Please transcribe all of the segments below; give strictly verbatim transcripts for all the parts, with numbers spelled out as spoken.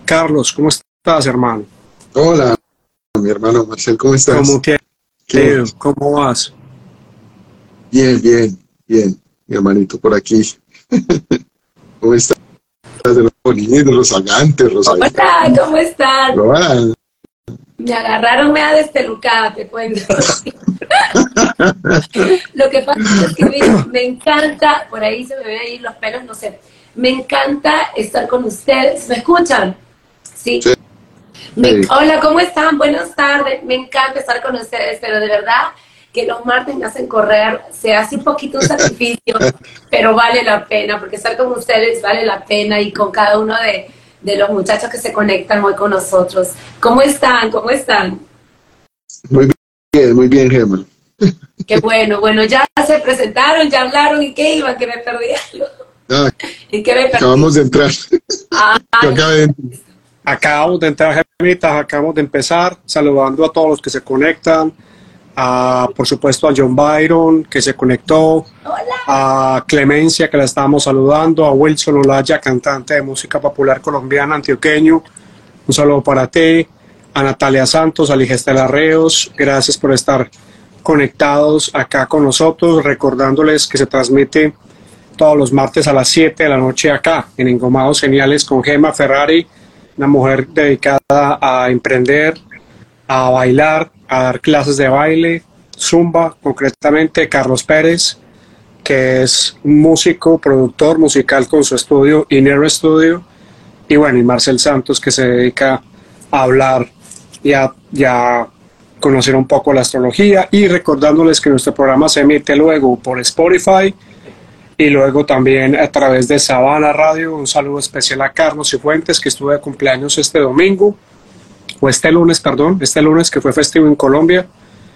Carlos, ¿cómo estás, hermano? Hola, mi hermano Marcel, ¿cómo estás? ¿Cómo te ha ido? ¿Cómo vas? Bien, bien, bien, mi hermanito, por aquí. ¿Cómo estás? Bonito, rozagante, rozagante. Hola, ¿cómo están? Hola. Me agarraron media despelucada, te cuento. Lo que pasa es que me, me encanta, por ahí se me ven ahí los pelos, no sé. Me encanta estar con ustedes. ¿Me escuchan? Sí. Sí. Me- Sí. hola, ¿cómo están? Buenas tardes. Me encanta estar con ustedes, pero de verdad que los martes me hacen correr. Se hace un poquito un sacrificio, pero vale la pena, porque estar con ustedes vale la pena y con cada uno de, de los muchachos que se conectan hoy con nosotros. ¿Cómo están? ¿Cómo están? Muy bien, muy bien, Gemma. Qué bueno, bueno, ya se presentaron, ya hablaron y qué iban, que me perdí algo. Ah, ¿Y qué me perdí? acabamos de entrar. Ah, Yo acabé de entrar. Acabamos de entrar, Gemitas, acabamos de empezar, saludando a todos los que se conectan, a, por supuesto a John Byron, que se conectó, hola. a Clemencia, que la estábamos saludando, a Wilson Olaya, cantante de música popular colombiana, antioqueño, un saludo para ti, a Natalia Santos, a Ligestela Reos, gracias por estar conectados acá con nosotros, recordándoles que se transmite todos los martes a las siete de la noche acá, en Engomados Geniales con Gemma Ferrari, una mujer dedicada a emprender, a bailar, a dar clases de baile, zumba, concretamente Carlos Pérez, que es músico, productor musical con su estudio Inner Studio, y bueno, y Marcel Santos, que se dedica a hablar y a, y a conocer un poco la astrología, y recordándoles que nuestro programa se emite luego por Spotify, y luego también a través de Sabana Radio. Un saludo especial a Carlos Cifuentes, que estuvo de cumpleaños este domingo, o este lunes, perdón, este lunes que fue festivo en Colombia,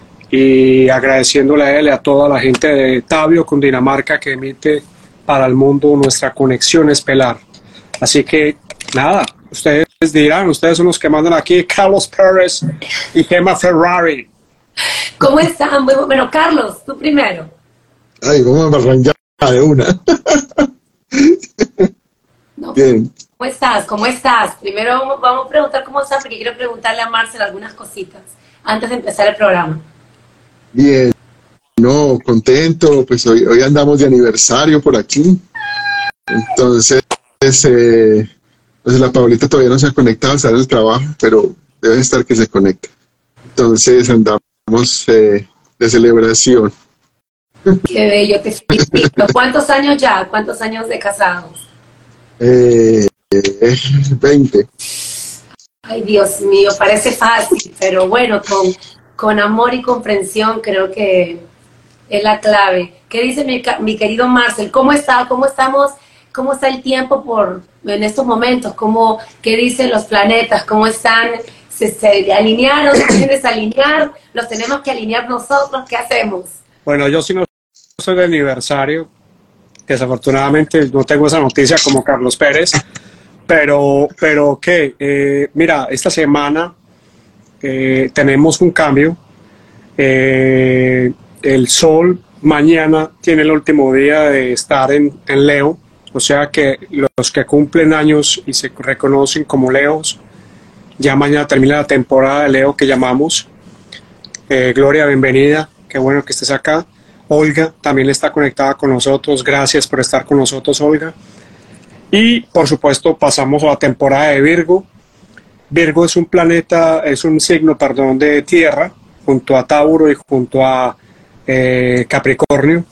y agradeciéndole a él y a toda la gente de Tabio, Cundinamarca, que emite para el mundo nuestra conexión estelar. Así que, nada, ustedes dirán, ustedes son los que mandan aquí, Carlos Pérez y Gemma Ferrari. ¿Cómo están? Muy bueno, Carlos, tú primero. Ay, vamos a arrancar de una. No, Bien. ¿cómo estás? ¿Cómo estás? Primero vamos, vamos a preguntar cómo estás, porque quiero preguntarle a Marcel algunas cositas antes de empezar el programa. Bien. No, contento, pues hoy, hoy andamos de aniversario por aquí. Entonces, eh, pues la Paulita todavía no se ha conectado, está en el trabajo, pero debe estar que se conecte. Entonces andamos eh, de celebración. Qué bello, te felicito. ¿Cuántos años ya? ¿Cuántos años de casados? Eh, veinte. Ay, Dios mío, parece fácil, pero bueno, con, con amor y comprensión creo que es la clave. ¿Qué dice mi, ca- mi querido Marcel? ¿Cómo está? ¿Cómo estamos? ¿Cómo está el tiempo por en estos momentos? ¿Cómo, qué dicen los planetas? ¿Cómo están? ¿Se, se alinearon? ¿Se quieren desalinear? ¿Los tenemos que alinear nosotros? ¿Qué hacemos? Bueno, yo sí no soy de aniversario, desafortunadamente no tengo esa noticia como Carlos Pérez, pero, pero que, eh, mira, esta semana eh, tenemos un cambio. Eh, el Sol mañana tiene el último día de estar en, en Leo, o sea que los que cumplen años y se reconocen como Leos, ya mañana termina la temporada de Leo que llamamos. Eh, Gloria, bienvenida, qué bueno que estés acá. Olga también está conectada con nosotros, gracias por estar con nosotros, Olga. Y por supuesto pasamos a la temporada de Virgo. Virgo es un planeta, es un signo, perdón, de tierra, junto a Tauro y junto a eh, Capricornio.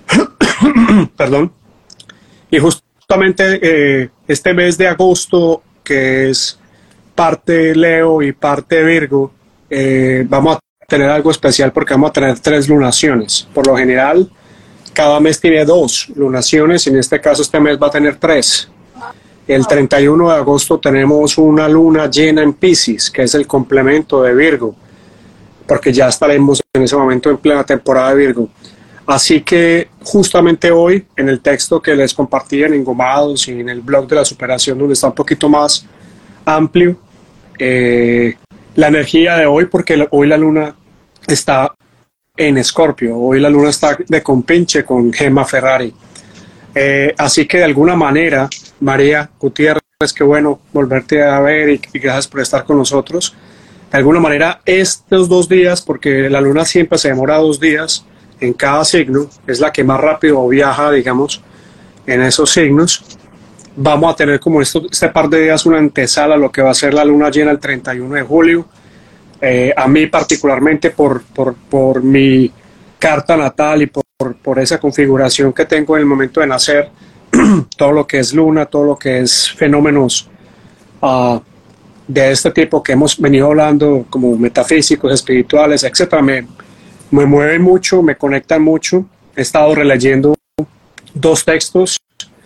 Perdón. Y justamente eh, este mes de agosto, que es parte Leo y parte Virgo, eh, vamos a tener algo especial porque vamos a tener tres lunaciones. Por lo general, cada mes tiene dos lunaciones y en este caso este mes va a tener tres. El treinta y uno de agosto tenemos una luna llena en Piscis, que es el complemento de Virgo, porque ya estaremos en ese momento en plena temporada de Virgo. Así que justamente hoy, en el texto que les compartí en Engomados y en el blog de la superación, donde está un poquito más amplio, eh, la energía de hoy, porque hoy la luna está en Escorpio, hoy la luna está de compinche con Gemma Ferrari. Eh, así que de alguna manera, María Gutiérrez, pues qué bueno volverte a ver y, y gracias por estar con nosotros. De alguna manera, estos dos días, porque la luna siempre se demora dos días en cada signo, es la que más rápido viaja, digamos, en esos signos. Vamos a tener como esto, este par de días una antesala a lo que va a ser la luna llena el treinta y uno de julio. Eh, a mí particularmente por, por, por mi carta natal y por, por esa configuración que tengo en el momento de nacer, todo lo que es luna, todo lo que es fenómenos uh, de este tipo que hemos venido hablando, como metafísicos, espirituales, etcétera, me, me mueven mucho, me conectan mucho. He estado releyendo dos textos.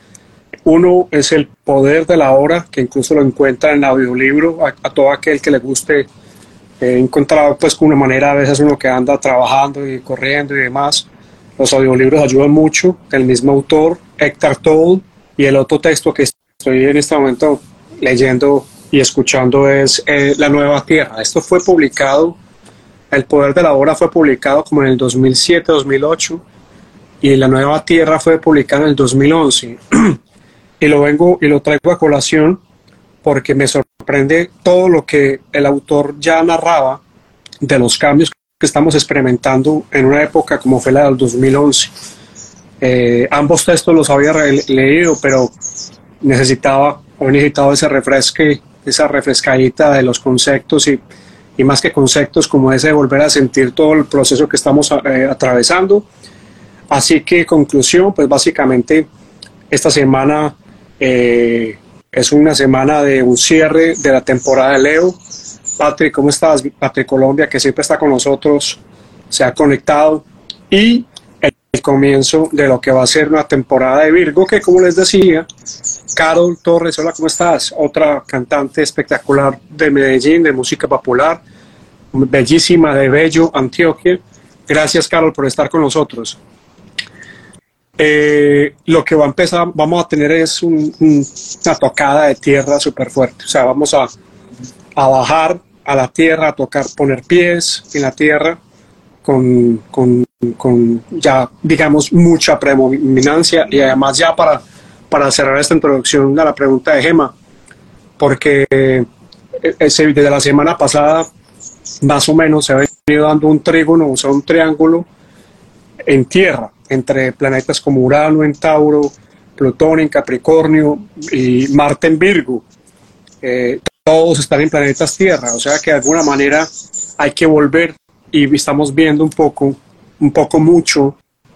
Uno es El poder de la hora, que incluso lo encuentra en audiolibro a, a todo aquel que le guste. He encontrado pues con una manera, a veces uno que anda trabajando y corriendo y demás, los audiolibros ayudan mucho, el mismo autor, Eckhart Tolle, y el otro texto que estoy en este momento leyendo y escuchando es eh, La Nueva Tierra. Esto fue publicado, El poder de la hora fue publicado como en el dos mil siete, dos mil ocho, y La Nueva Tierra fue publicada en el dos mil once. Y lo vengo y lo traigo a colación porque me sorprende todo lo que el autor ya narraba de los cambios que estamos experimentando en una época como fue la del dos mil once. Eh, ambos textos los había leído, pero necesitaba, he necesitado ese refresque, esa refrescadita de los conceptos y, y más que conceptos como ese de volver a sentir todo el proceso que estamos eh, atravesando. Así que conclusión, pues básicamente esta semana eh, es una semana de un cierre de la temporada de Leo. Patrick, ¿cómo estás? Patrick Colombia, que siempre está con nosotros, se ha conectado, y el, el comienzo de lo que va a ser una temporada de Virgo, que como les decía, Carol Torres, hola, ¿cómo estás? Otra cantante espectacular de Medellín, de música popular, bellísima, de Bello, Antioquia. Gracias, Carol, por estar con nosotros. Eh, lo que va a empezar, vamos a tener es un, un, una tocada de tierra súper fuerte, o sea, vamos a, a bajar a la tierra, a tocar, poner pies en la tierra con, con, con ya, digamos, mucha predominancia. Y además ya para, para cerrar esta introducción a la pregunta de Gema, porque ese, desde la semana pasada más o menos se ha venido dando un trígono, o sea, un triángulo en tierra, entre planetas como Urano en Tauro, Plutón en Capricornio y Marte en Virgo. Eh, todos están en planetas Tierra, o sea que de alguna manera hay que volver, y estamos viendo un poco, un poco mucho,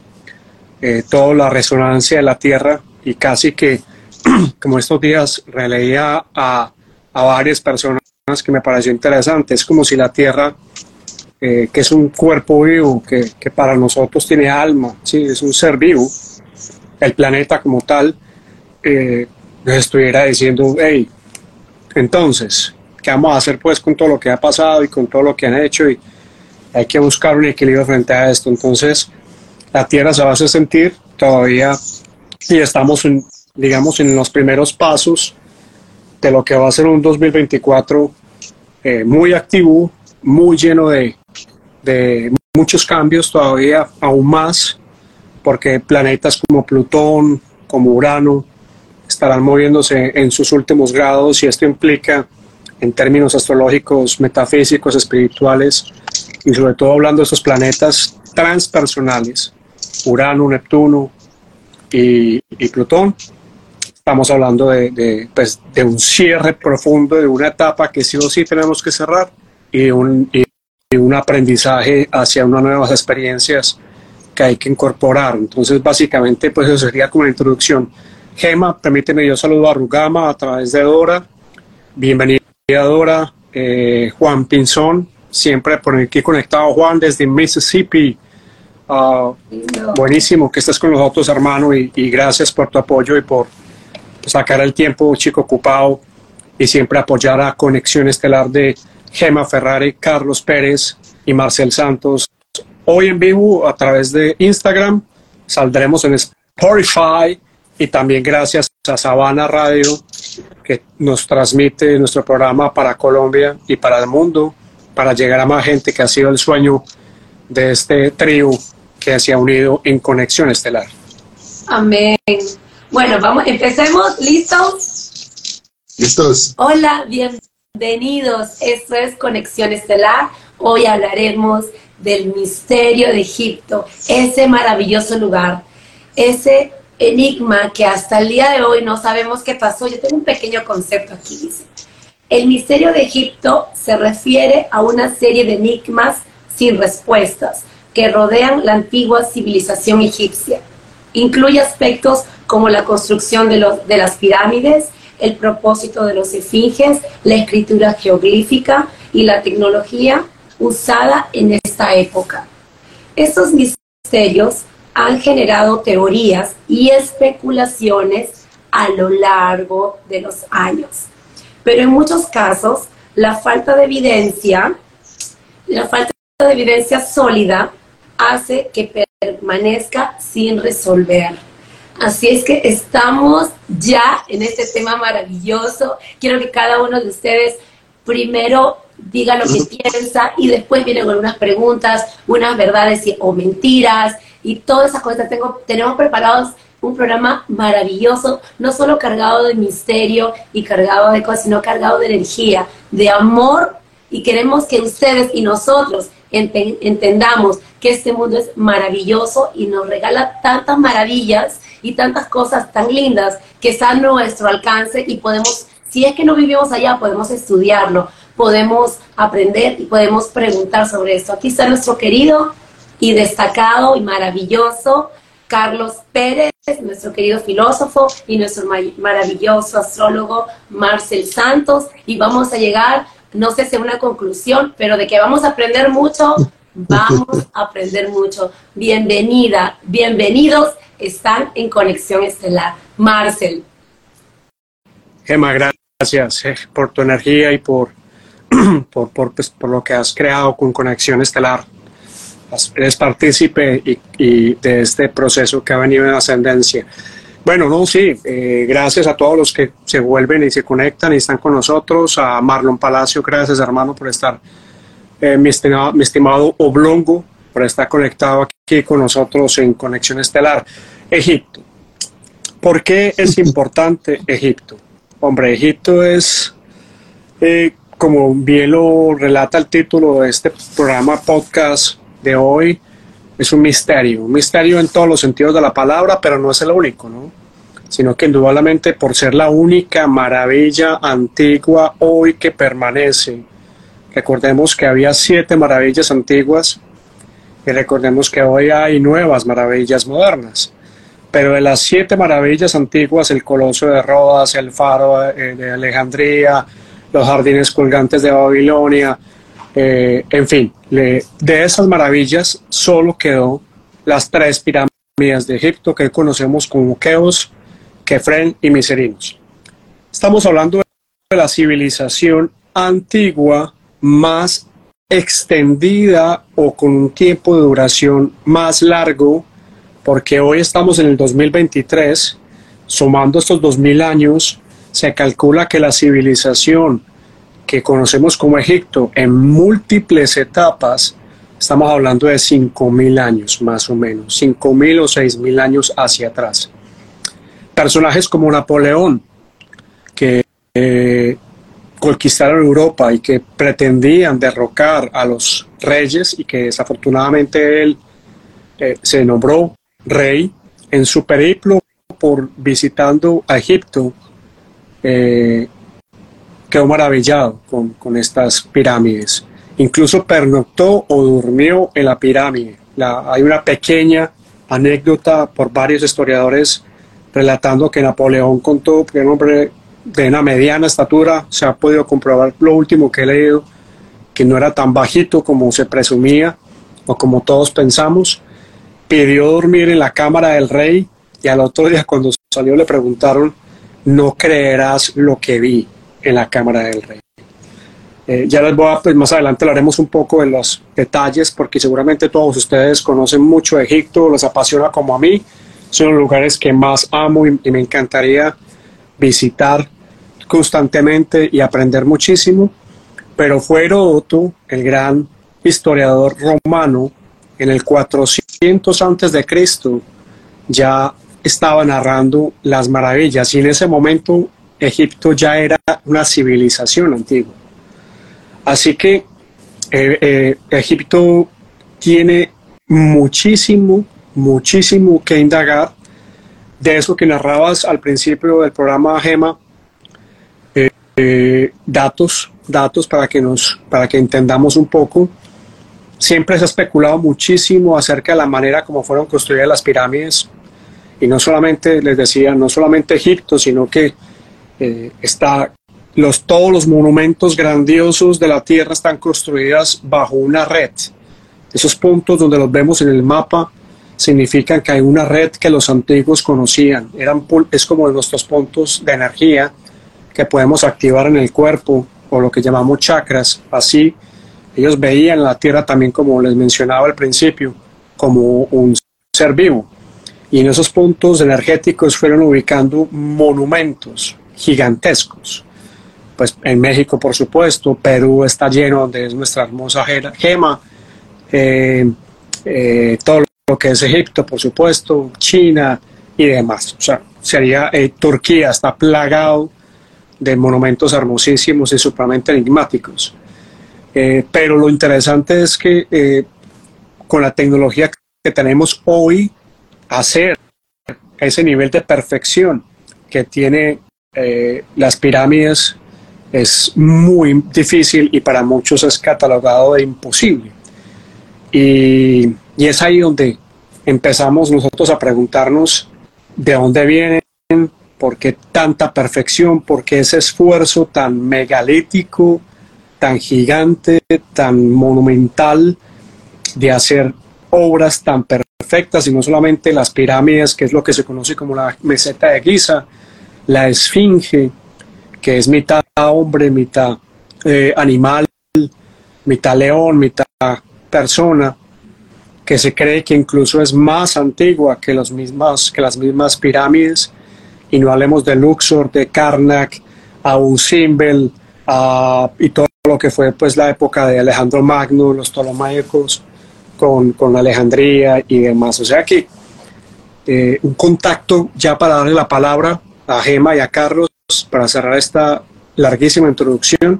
eh, toda la resonancia de la Tierra, y casi que, como estos días releía a, a varias personas que me pareció interesante, es como si la Tierra, eh, que es un cuerpo vivo, que, que para nosotros tiene alma, ¿sí? Es un ser vivo, el planeta como tal, eh, nos estuviera diciendo, hey, entonces, ¿qué vamos a hacer pues con todo lo que ha pasado y con todo lo que han hecho? Y hay que buscar un equilibrio frente a esto. Entonces, la Tierra se va a hacer sentir todavía, y estamos, en, digamos, en los primeros pasos de lo que va a ser un dos mil veinticuatro eh, muy activo, muy lleno de, de muchos cambios, todavía aún más, porque planetas como Plutón, como Urano, estarán moviéndose en sus últimos grados, y esto implica, en términos astrológicos, metafísicos, espirituales, y sobre todo hablando de estos planetas transpersonales, Urano, Neptuno y, y Plutón, estamos hablando de, de, pues, de un cierre profundo, de una etapa que sí o sí tenemos que cerrar, y un, y un aprendizaje hacia unas nuevas experiencias que hay que incorporar. Entonces, básicamente, pues eso sería como la introducción. Gema, permíteme, yo saludo a Rugama a través de Dora. Bienvenida, Dora. Eh, Juan Pinzón, siempre por aquí conectado. Juan, desde Mississippi. Uh, no. Buenísimo que estés con nosotros, hermano, y, y gracias por tu apoyo y por sacar el tiempo, chico ocupado, y siempre apoyar a Conexión Estelar de Gema Ferrari, Carlos Pérez y Marcel Santos. Hoy en vivo a través de Instagram, saldremos en Spotify, y también gracias a Sabana Radio, que nos transmite nuestro programa para Colombia y para el mundo, para llegar a más gente, que ha sido el sueño de este trío que se ha unido en Conexión Estelar. Amén. Bueno, vamos, empecemos. ¿Listos? ¿Listos? Hola, bienvenidos. Esto es Conexión Estelar. Hoy hablaremos del misterio de Egipto, ese maravilloso lugar, ese enigma que hasta el día de hoy no sabemos qué pasó. Yo tengo un pequeño concepto aquí, dice. El misterio de Egipto se refiere a una serie de enigmas sin respuestas que rodean la antigua civilización egipcia. Incluye aspectos como la construcción de, los, de las pirámides, el propósito de los esfinges, la escritura geoglífica y la tecnología usada en esta época. Estos misterios han generado teorías y especulaciones a lo largo de los años. Pero en muchos casos, la falta de evidencia, la falta de evidencia sólida hace que permanezca sin resolver. Así es que estamos ya en este tema maravilloso. Quiero que cada uno de ustedes primero diga lo que piensa y después vienen con unas preguntas, unas verdades o mentiras y todas esas cosas. Tengo, tenemos preparados un programa maravilloso, no solo cargado de misterio y cargado de cosas, sino cargado de energía, de amor, y queremos que ustedes y nosotros ent- entendamos que este mundo es maravilloso y nos regala tantas maravillas y tantas cosas tan lindas que están a nuestro alcance y podemos, si es que no vivimos allá, podemos estudiarlo, podemos aprender y podemos preguntar sobre esto. Aquí está nuestro querido y destacado y maravilloso Carlos Pérez, nuestro querido filósofo, y nuestro maravilloso astrólogo Marcel Santos, y vamos a llegar, no sé si a una conclusión, pero de que vamos a aprender mucho, vamos a aprender mucho. Bienvenida, bienvenidos, están en Conexión Estelar. Marcel. Gemma, gracias eh, por tu energía y por, por, por, pues, por lo que has creado con Conexión Estelar. Eres partícipe y, y de este proceso que ha venido en ascendencia. Bueno, no, sí, eh, gracias a todos los que se vuelven y se conectan y están con nosotros. A Marlon Palacio, gracias hermano por estar, eh, mi, estimado, mi estimado Oblongo, por estar conectado aquí con nosotros en Conexión Estelar. Egipto. ¿Por qué es importante Egipto? Hombre, Egipto es, eh, como bien lo relata el título de este programa podcast de hoy, es un misterio, un misterio en todos los sentidos de la palabra, pero no es el único, ¿no? Sino que indudablemente por ser la única maravilla antigua hoy que permanece. Recordemos que había siete maravillas antiguas y recordemos que hoy hay nuevas maravillas modernas. Pero de las siete maravillas antiguas, el Coloso de Rodas, el Faro de Alejandría, los jardines colgantes de Babilonia, Eh, en fin, le, de esas maravillas solo quedó las tres pirámides de Egipto que conocemos como Keops, Kefren y Miserinos. Estamos hablando de la civilización antigua más extendida o con un tiempo de duración más largo, porque hoy estamos en el dos mil veintitrés, sumando estos dos mil años, se calcula que la civilización que conocemos como Egipto en múltiples etapas, estamos hablando de cinco mil años más o menos, cinco mil o seis mil años hacia atrás. Personajes como Napoleón, que eh, conquistaron Europa y que pretendían derrocar a los reyes y que desafortunadamente él eh, se nombró rey en su periplo por visitando a Egipto, eh, quedó maravillado con, con estas pirámides. Incluso pernoctó o durmió en la pirámide. La, hay una pequeña anécdota por varios historiadores relatando que Napoleón contó que un hombre de una mediana estatura, se ha podido comprobar lo último que he leído, que no era tan bajito como se presumía o como todos pensamos, pidió dormir en la cámara del rey y al otro día cuando salió le preguntaron: no creerás lo que vi en la cámara del rey. Eh, ya les voy a, pues más adelante hablaremos un poco de los detalles, porque seguramente todos ustedes conocen mucho de Egipto, les apasiona como a mí, son los lugares que más amo y, y me encantaría visitar constantemente y aprender muchísimo. Pero fue Heródoto, el gran historiador romano, en el cuatrocientos antes de Cristo ya estaba narrando las maravillas, y en ese momento Egipto ya era una civilización antigua. Así que eh, eh, Egipto tiene muchísimo, muchísimo que indagar. De eso que narrabas al principio del programa, Gema, eh, eh, datos, datos para que, nos, para que entendamos un poco. Siempre se ha especulado muchísimo acerca de la manera como fueron construidas las pirámides, y no solamente, les decía, no solamente Egipto, sino que eh, está, los, todos los monumentos grandiosos de la Tierra están construidos bajo una red. Esos puntos donde los vemos en el mapa significan que hay una red que los antiguos conocían. Eran, es como nuestros puntos de energía que podemos activar en el cuerpo, o lo que llamamos chakras. Así, ellos veían la Tierra también, como les mencionaba al principio, como un ser vivo. Y en esos puntos energéticos fueron ubicando monumentos gigantescos. Pues en México, por supuesto, Perú está lleno, donde es nuestra hermosa Gema, eh, eh, todo lo que es Egipto, por supuesto, China y demás. O sea, sería eh, Turquía está plagado de monumentos hermosísimos y supremamente enigmáticos. Eh, pero lo interesante es que eh, con la tecnología que tenemos hoy, hacer ese nivel de perfección que tiene eh, las pirámides es muy difícil, y para muchos es catalogado de imposible. Y, y es ahí donde empezamos nosotros a preguntarnos de dónde vienen, por qué tanta perfección, por qué ese esfuerzo tan megalítico, tan gigante, tan monumental de hacer obras tan perfectas, y no solamente las pirámides, que es lo que se conoce como la meseta de Giza, la esfinge, que es mitad hombre, mitad eh, animal, mitad león, mitad persona, que se cree que incluso es más antigua que, los mismas, que las mismas pirámides. Y no hablemos de Luxor, de Karnak, Abu Simbel, uh, y todo lo que fue pues la época de Alejandro Magno, los ptolomaicos, con, con Alejandría y demás. O sea que eh, un contacto, ya para darle la palabra a Gema y a Carlos, para cerrar esta larguísima introducción.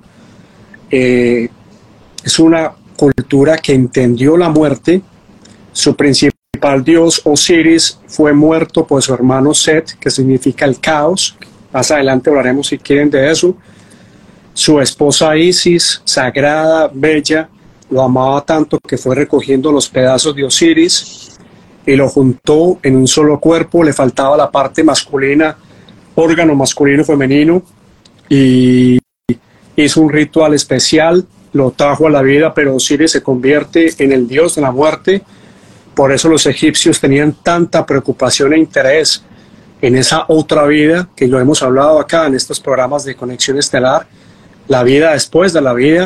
Eh, es una cultura que entendió la muerte. Su principal dios, Osiris, fue muerto por su hermano Set, que significa el caos. Más adelante hablaremos, si quieren, de eso. Su esposa Isis, sagrada, bella, lo amaba tanto que fue recogiendo los pedazos de Osiris y lo juntó en un solo cuerpo. Le faltaba la parte masculina, órgano masculino y femenino, y hizo un ritual especial, lo trajo a la vida, pero Osiris se convierte en el dios de la muerte. Por eso los egipcios tenían tanta preocupación e interés en esa otra vida, que lo hemos hablado acá en estos programas de Conexión Estelar, la vida después de la vida,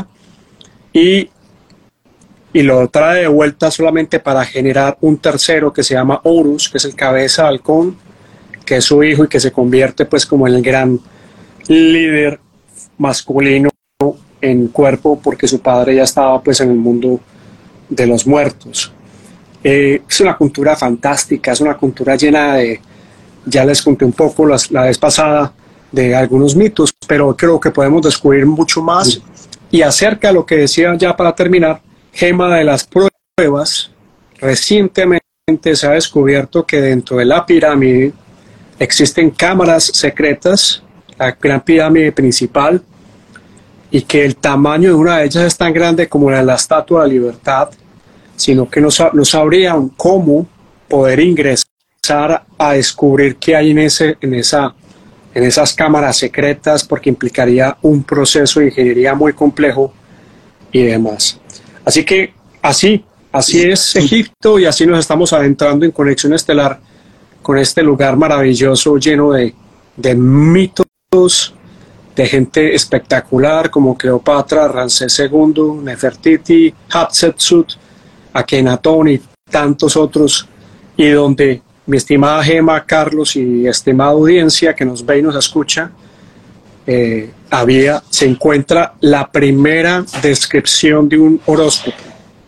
y, y lo trae de vuelta solamente para generar un tercero que se llama Horus, que es el cabeza de halcón, que es su hijo y que se convierte pues como en el gran líder masculino en cuerpo, porque su padre ya estaba pues en el mundo de los muertos. Eh, es una cultura fantástica, es una cultura llena de, ya les conté un poco las, la vez pasada, de algunos mitos, pero creo que podemos descubrir mucho más. Sí. Y acerca de lo que decía, ya para terminar, Gema, de las pruebas, recientemente se ha descubierto que dentro de la pirámide existen cámaras secretas, la gran pirámide principal, y que el tamaño de una de ellas es tan grande como la de la Estatua de la Libertad, sino que no, no sabrían cómo poder ingresar a descubrir qué hay en, ese, en, esa, en esas cámaras secretas, porque implicaría un proceso de ingeniería muy complejo y demás. Así que así, así es Egipto, y así nos estamos adentrando en Conexión Estelar con este lugar maravilloso, lleno de, de mitos, de gente espectacular como Cleopatra, Ramsés segundo, Nefertiti, Hatshepsut, Akenatón y tantos otros, y donde mi estimada Gema, Carlos y estimada audiencia que nos ve y nos escucha, eh, había, se encuentra la primera descripción de un horóscopo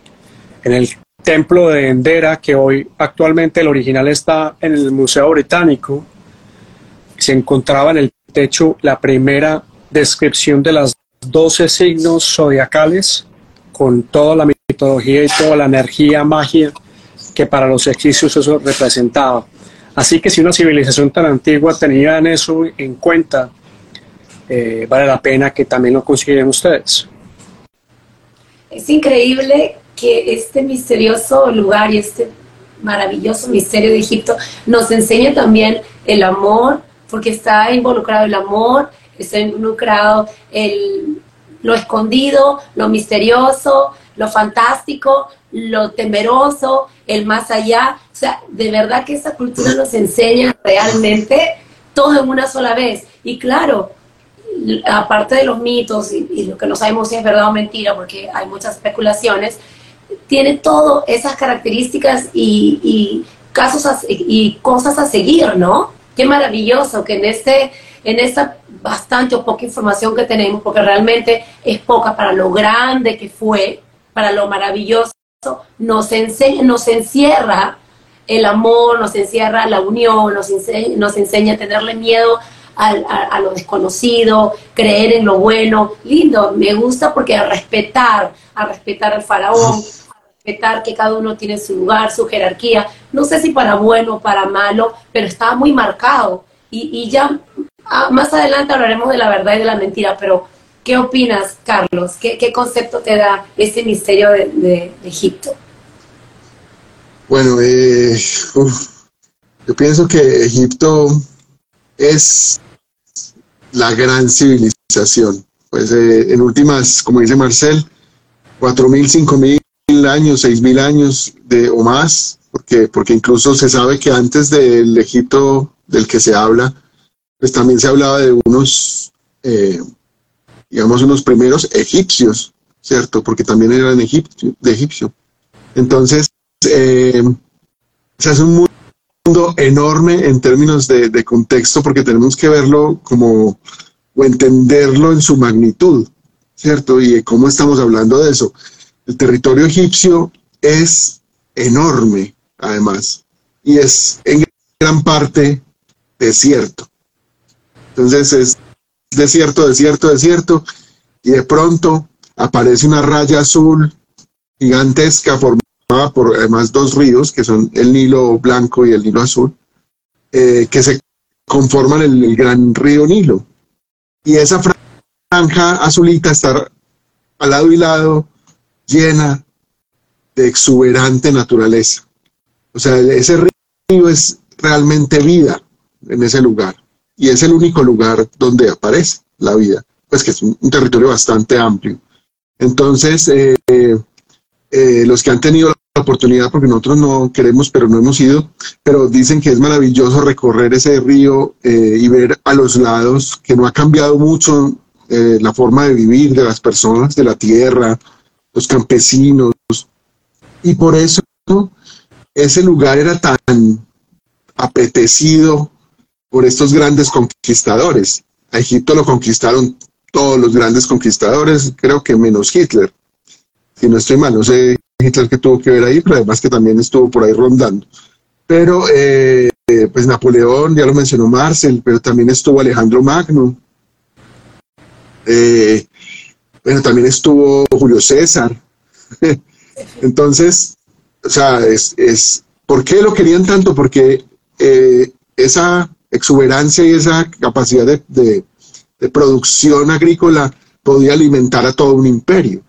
en el templo de Dendera, que hoy actualmente el original está en el Museo Británico. Se encontraba en el hecho la primera descripción de las doce signos zodiacales con toda la mitología y toda la energía, magia que para los egipcios eso representaba. Así que si una civilización tan antigua tenía en eso en cuenta, eh, vale la pena que también lo consideren ustedes. Es increíble que este misterioso lugar y este maravilloso misterio de Egipto nos enseña también el amor, porque está involucrado el amor, está involucrado el, lo escondido, lo misterioso, lo fantástico, lo temeroso, el más allá. O sea, de verdad que esta cultura nos enseña realmente todo en una sola vez. Y claro, aparte de los mitos y, y lo que no sabemos si es verdad o mentira, porque hay muchas especulaciones, tiene todas esas características y, y casos a, y cosas a seguir, ¿no? Qué maravilloso que en este, en esta bastante o poca información que tenemos, porque realmente es poca para lo grande que fue, para lo maravilloso, nos enseña, nos encierra el amor, nos encierra la unión, nos enseña, nos enseña a tenerle miedo a, a, a lo desconocido, creer en lo bueno. Lindo, me gusta porque a respetar, a respetar al faraón, a respetar que cada uno tiene su lugar, su jerarquía. No sé si para bueno o para malo, pero estaba muy marcado. Y, y ya ah, más adelante hablaremos de la verdad y de la mentira, pero ¿qué opinas, Carlos? ¿Qué, qué concepto te da ese misterio de, de, de Egipto? Bueno, eh, uf, yo pienso que Egipto es la gran civilización. Pues eh, en últimas, como dice Marcel, cuatro mil, cinco mil años, seis mil años de, o más, porque, porque incluso se sabe que antes del Egipto del que se habla, pues también se hablaba de unos, eh, digamos, unos primeros egipcios, ¿cierto? Porque también eran egipcio, de egipcio. Entonces, eh, o sea, es un mundo enorme en términos de, de contexto, porque tenemos que verlo como, o entenderlo en su magnitud, ¿cierto? Y cómo estamos hablando de eso. El territorio egipcio es enorme, además, y es en gran parte desierto. Entonces es desierto, desierto, desierto, y de pronto aparece una raya azul gigantesca formada por además dos ríos, que son el Nilo Blanco y el Nilo Azul, eh, que se conforman el, el gran río Nilo. Y esa franja azulita está al lado y lado llena de exuberante naturaleza. O sea, ese río es realmente vida en ese lugar. Y es el único lugar donde aparece la vida, pues que es un, un territorio bastante amplio. Entonces, eh, eh, los que han tenido la oportunidad, porque nosotros no queremos, pero no hemos ido, pero dicen que es maravilloso recorrer ese río eh, y ver a los lados que no ha cambiado mucho eh, la forma de vivir de las personas, de la tierra, los campesinos. Y por eso ese lugar era tan apetecido por estos grandes conquistadores. A Egipto lo conquistaron todos los grandes conquistadores, creo que menos Hitler. Si no estoy mal, no sé Hitler que tuvo que ver ahí, pero además que también estuvo por ahí rondando. Pero, eh, pues Napoleón, ya lo mencionó Marcel, pero también estuvo Alejandro Magno. Eh, bueno, también estuvo Julio César. Entonces, o sea, es, es, ¿por qué lo querían tanto? Porque eh, esa exuberancia y esa capacidad de, de, de producción agrícola podía alimentar a todo un imperio.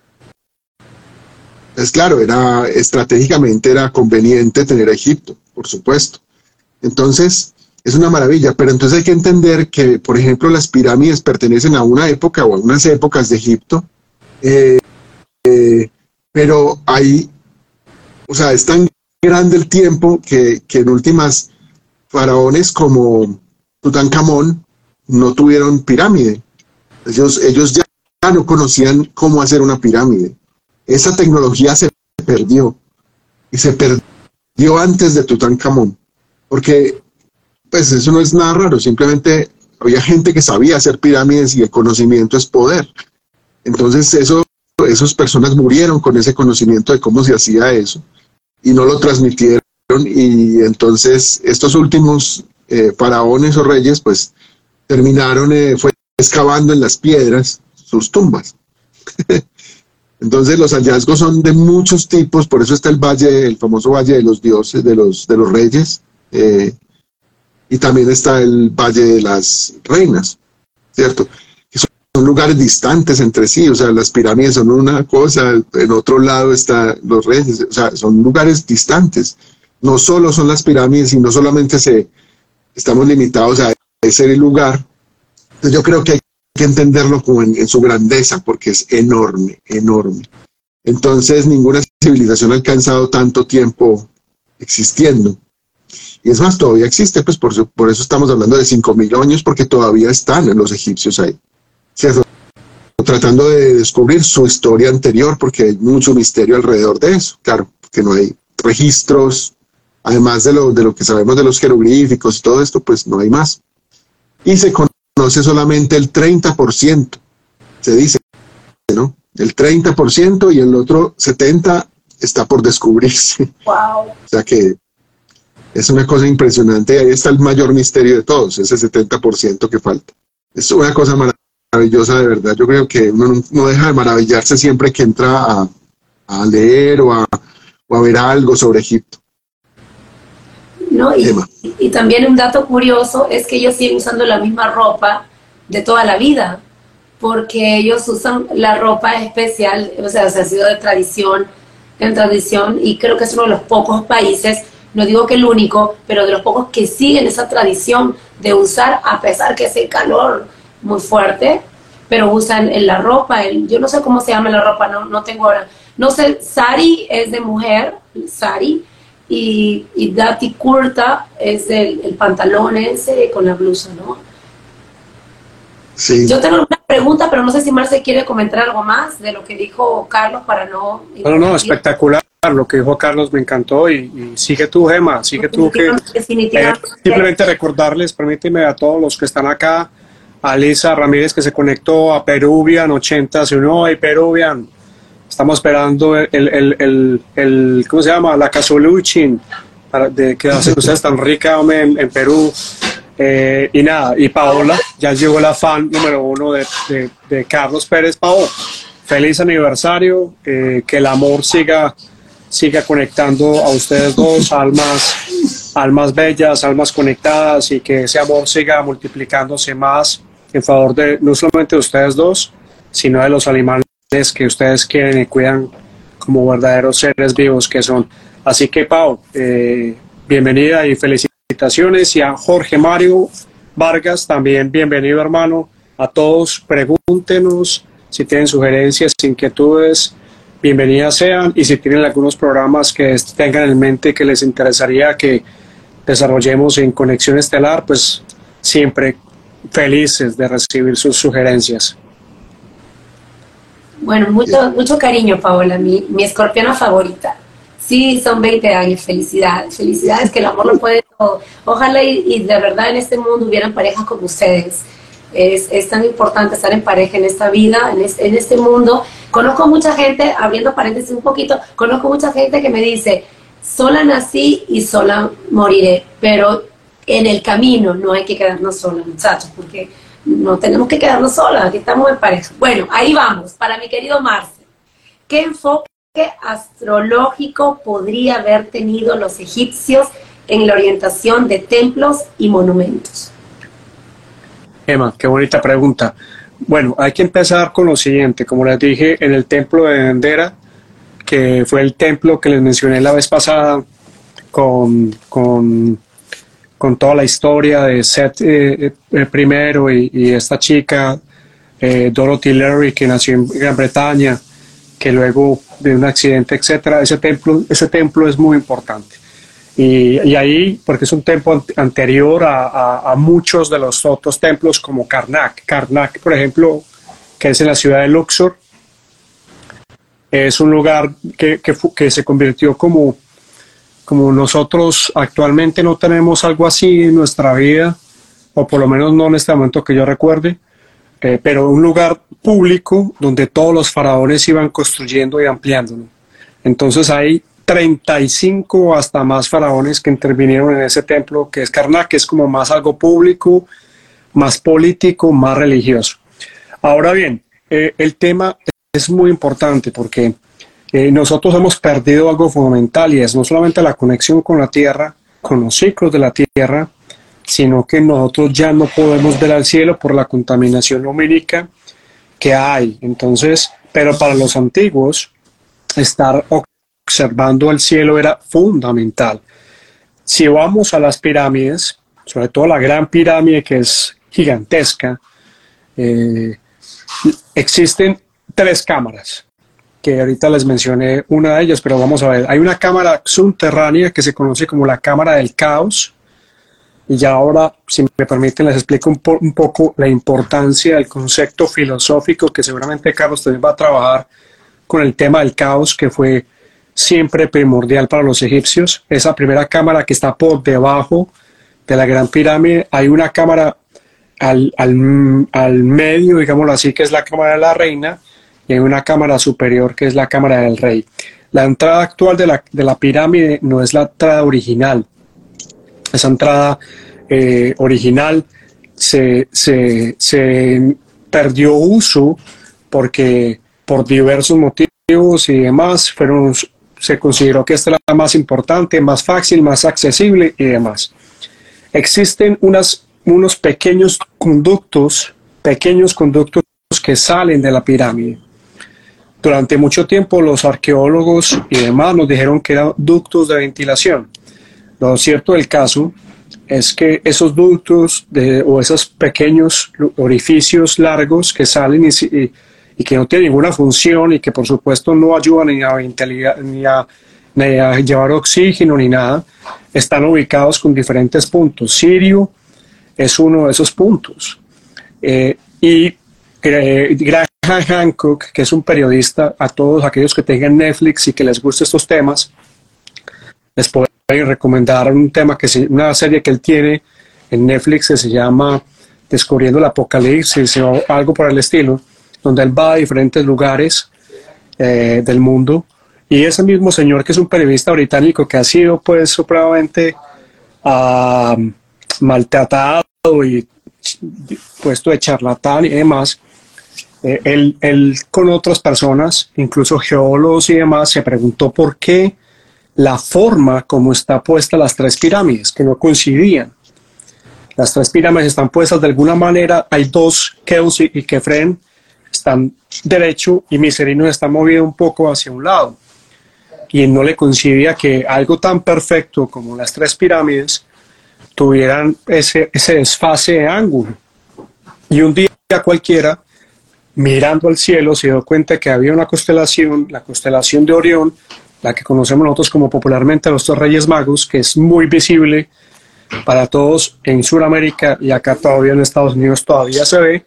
Es claro, era, estratégicamente era conveniente tener a Egipto, por supuesto. Entonces, es una maravilla, pero entonces hay que entender que, por ejemplo, las pirámides pertenecen a una época o a unas épocas de Egipto, eh, eh, pero hay, o sea, es tan grande el tiempo que, que en últimas faraones como Tutankamón no tuvieron pirámide. Ellos, ellos ya no conocían cómo hacer una pirámide. Esa tecnología se perdió, y se perdió antes de Tutankamón, porque pues eso no es nada raro, simplemente había gente que sabía hacer pirámides y el conocimiento es poder. Entonces eso, esas personas murieron con ese conocimiento de cómo se hacía eso y no lo transmitieron, y entonces estos últimos eh, faraones o reyes pues terminaron, eh, fue excavando en las piedras sus tumbas. Entonces los hallazgos son de muchos tipos, por eso está el valle, el famoso valle de los dioses, de los, de los reyes, eh, y también está el valle de las reinas, ¿cierto? Que son, son lugares distantes entre sí, o sea, las pirámides son una cosa, en otro lado están los reyes, o sea, son lugares distantes. No solo son las pirámides, y no solamente se, estamos limitados a ese lugar. Entonces yo creo que hay que entenderlo como en, en su grandeza, porque es enorme, enorme. Entonces ninguna civilización ha alcanzado tanto tiempo existiendo. Y es más, todavía existe, pues por, por eso estamos hablando de cinco mil años, porque todavía están los egipcios ahí, ¿cierto? Tratando de descubrir su historia anterior, porque hay mucho misterio alrededor de eso, claro, porque no hay registros, además de lo, de lo que sabemos de los jeroglíficos y todo esto, pues no hay más. Y se conoce solamente el treinta por ciento, se dice, ¿no? El treinta por ciento, y el otro setenta por ciento está por descubrirse. Wow. O sea que es una cosa impresionante, y ahí está el mayor misterio de todos, ese setenta por ciento que falta. Es una cosa maravillosa, de verdad. Yo creo que uno no, no deja de maravillarse siempre que entra a, a leer o a, o a ver algo sobre Egipto. ¿No? Y, y también un dato curioso es que ellos siguen usando la misma ropa de toda la vida, porque ellos usan la ropa especial, o sea, se ha sido de tradición en tradición, y creo que es uno de los pocos países, no digo que el único, pero de los pocos que siguen esa tradición de usar, a pesar que es el calor muy fuerte, pero usan en la ropa, el, yo no sé cómo se llama la ropa, no, no tengo ahora, no sé, sari es de mujer, sari, y, y dati kurta es el, el pantalón ese con la blusa, ¿no? Sí. Yo tengo una pregunta, pero no sé si Marce quiere comentar algo más de lo que dijo Carlos para no... No, no, espectacular. Lo que dijo Carlos me encantó, y, y sigue tú, Gemma, sigue tú. Que, eh, simplemente recordarles, permíteme a todos los que están acá, a Lisa Ramírez que se conectó, a Peruvian ochenta, se unió, y Peruvian, estamos esperando el, el, el, el ¿cómo se llama? La casoluchin, para, de, que hacen ustedes tan rica, hombre, en, en Perú. Eh, y nada, y Paola, ya llegó la fan número uno de, de, de Carlos Pérez. Paola, feliz aniversario, eh, que el amor siga, siga conectando a ustedes dos, almas, almas bellas, almas conectadas, y que ese amor siga multiplicándose más en favor de no solamente de ustedes dos, sino de los animales que ustedes quieren y cuidan como verdaderos seres vivos que son. Así que, Pau, eh, bienvenida y felicidades. Y a Jorge Mario Vargas también, bienvenido, hermano. A todos, pregúntenos si tienen sugerencias, inquietudes, bienvenidas sean, y si tienen algunos programas que tengan en mente que les interesaría que desarrollemos en Conexión Estelar, pues siempre felices de recibir sus sugerencias. Bueno, mucho, mucho cariño, Paola, mi, mi escorpiona favorita. Sí, son veinte años, felicidades, felicidades, que el amor lo puede todo. Ojalá y, y de verdad en este mundo hubieran parejas como ustedes. Es, es tan importante estar en pareja en esta vida, en, es, en este mundo. Conozco mucha gente, abriendo paréntesis un poquito, conozco mucha gente que me dice, sola nací y sola moriré, pero en el camino no hay que quedarnos solas, muchachos, porque no tenemos que quedarnos solas, aquí estamos en pareja. Bueno, ahí vamos, para mi querido Marce. ¿Qué enfoque astrológico podría haber tenido los egipcios en la orientación de templos y monumentos? Emma, qué bonita pregunta. Bueno, hay que empezar con lo siguiente. Como les dije, en el templo de Dendera, que fue el templo que les mencioné la vez pasada, con, con, con toda la historia de Seth eh, eh, primero y, y esta chica, eh, Dorothy Leary, que nació en Gran Bretaña, que luego de un accidente, etcétera. Ese templo, ese templo es muy importante. Y, y ahí, porque es un templo anterior a, a, a muchos de los otros templos como Karnak. Karnak, por ejemplo, que es en la ciudad de Luxor, es un lugar que, que, que se convirtió como, como nosotros actualmente no tenemos algo así en nuestra vida, o por lo menos no en este momento que yo recuerde. Eh, pero un lugar público donde todos los faraones iban construyendo y ampliando, ¿no? Entonces hay treinta y cinco hasta más faraones que intervinieron en ese templo que es Karnak, que es como más algo público, más político, más religioso. Ahora bien, eh, el tema es muy importante porque eh, nosotros hemos perdido algo fundamental y es no solamente la conexión con la tierra, con los ciclos de la tierra, sino que nosotros ya no podemos ver al cielo por la contaminación lumínica que hay. Entonces, pero para los antiguos, estar observando el cielo era fundamental. Si vamos a las pirámides, sobre todo la Gran Pirámide, que es gigantesca, eh, existen tres cámaras, que ahorita les mencioné una de ellas, pero vamos a ver. Hay una cámara subterránea que se conoce como la Cámara del Caos, y ya ahora, si me permiten, les explico un, po un poco la importancia del concepto filosófico, que seguramente Carlos también va a trabajar con el tema del caos, que fue siempre primordial para los egipcios. Esa primera cámara que está por debajo de la Gran Pirámide, hay una cámara al, al, al medio, digámoslo así, que es la cámara de la reina, y hay una cámara superior que es la cámara del rey. La entrada actual de la, de la pirámide no es la entrada original. Esa entrada eh, original se, se, se perdió uso porque por diversos motivos y demás fueron, se consideró que esta era la más importante, más fácil, más accesible y demás. Existen unas, unos pequeños conductos, pequeños conductos que salen de la pirámide. Durante mucho tiempo los arqueólogos y demás nos dijeron que eran ductos de ventilación. Lo cierto del caso es que esos ductos de, o esos pequeños orificios largos que salen y, y, y que no tienen ninguna función y que por supuesto no ayudan ni a, ni a, ni a llevar oxígeno ni nada, están ubicados con diferentes puntos. Sirio es uno de esos puntos. Eh, y eh, Graham Hancock, que es un periodista, a todos aquellos que tengan Netflix y que les gusten estos temas, les puedo recomendar un tema que se, una serie que él tiene en Netflix que se llama Descubriendo el Apocalipsis o algo por el estilo, donde él va a diferentes lugares eh, del mundo, y ese mismo señor, que es un periodista británico que ha sido pues supremamente uh, maltratado y puesto de charlatán y demás, eh, él, él con otras personas, incluso geólogos y demás, se preguntó por qué la forma como está puesta las tres pirámides, que no coincidían. Las tres pirámides están puestas de alguna manera, hay dos, Keops y Kefren, están derecho y Miserino está movido un poco hacia un lado. Y no le coincidía que algo tan perfecto como las tres pirámides tuvieran ese, ese desfase de ángulo. Y un día cualquiera, mirando al cielo, se dio cuenta que había una constelación, la constelación de Orión, la que conocemos nosotros como popularmente los dos Reyes Magos, que es muy visible para todos en Sudamérica y acá todavía en Estados Unidos todavía se ve,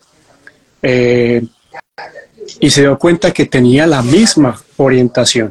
eh, y se dio cuenta que tenía la misma orientación.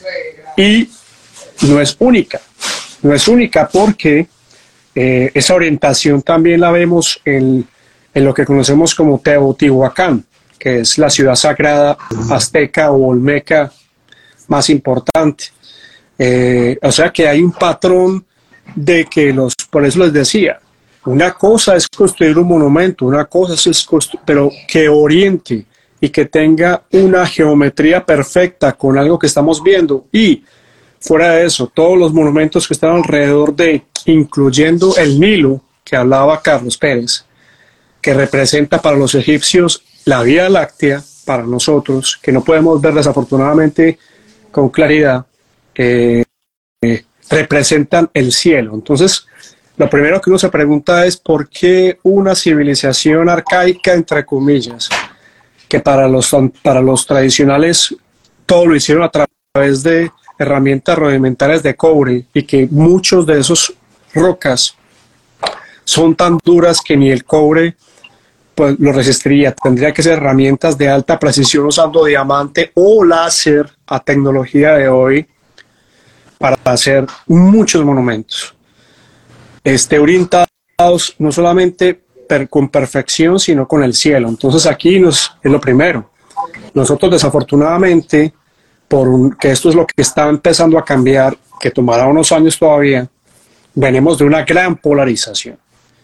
Y no es única, no es única porque eh, esa orientación también la vemos en, en lo que conocemos como Teotihuacán, que es la ciudad sagrada azteca o olmeca más importante. Eh, o sea que hay un patrón de que los, por eso les decía, una cosa es construir un monumento, una cosa es construir, pero que oriente y que tenga una geometría perfecta con algo que estamos viendo. Y fuera de eso, todos los monumentos que están alrededor de, incluyendo el Nilo, que hablaba Carlos Pérez, que representa para los egipcios la Vía Láctea, para nosotros, que no podemos ver desafortunadamente con claridad, eh, eh, representan el cielo. Entonces, lo primero que uno se pregunta es por qué una civilización arcaica, entre comillas, que para los, para los tradicionales todo lo hicieron a través de herramientas rudimentarias de cobre, y que muchos de esos rocas son tan duras que ni el cobre pues lo resistiría. Tendría que ser herramientas de alta precisión usando diamante o láser a tecnología de hoy para hacer muchos monumentos. Este, orientados no solamente per, con perfección, sino con el cielo. Entonces aquí nos, es lo primero. Nosotros desafortunadamente, por un, que esto es lo que está empezando a cambiar, que tomará unos años todavía, venimos de una gran polarización.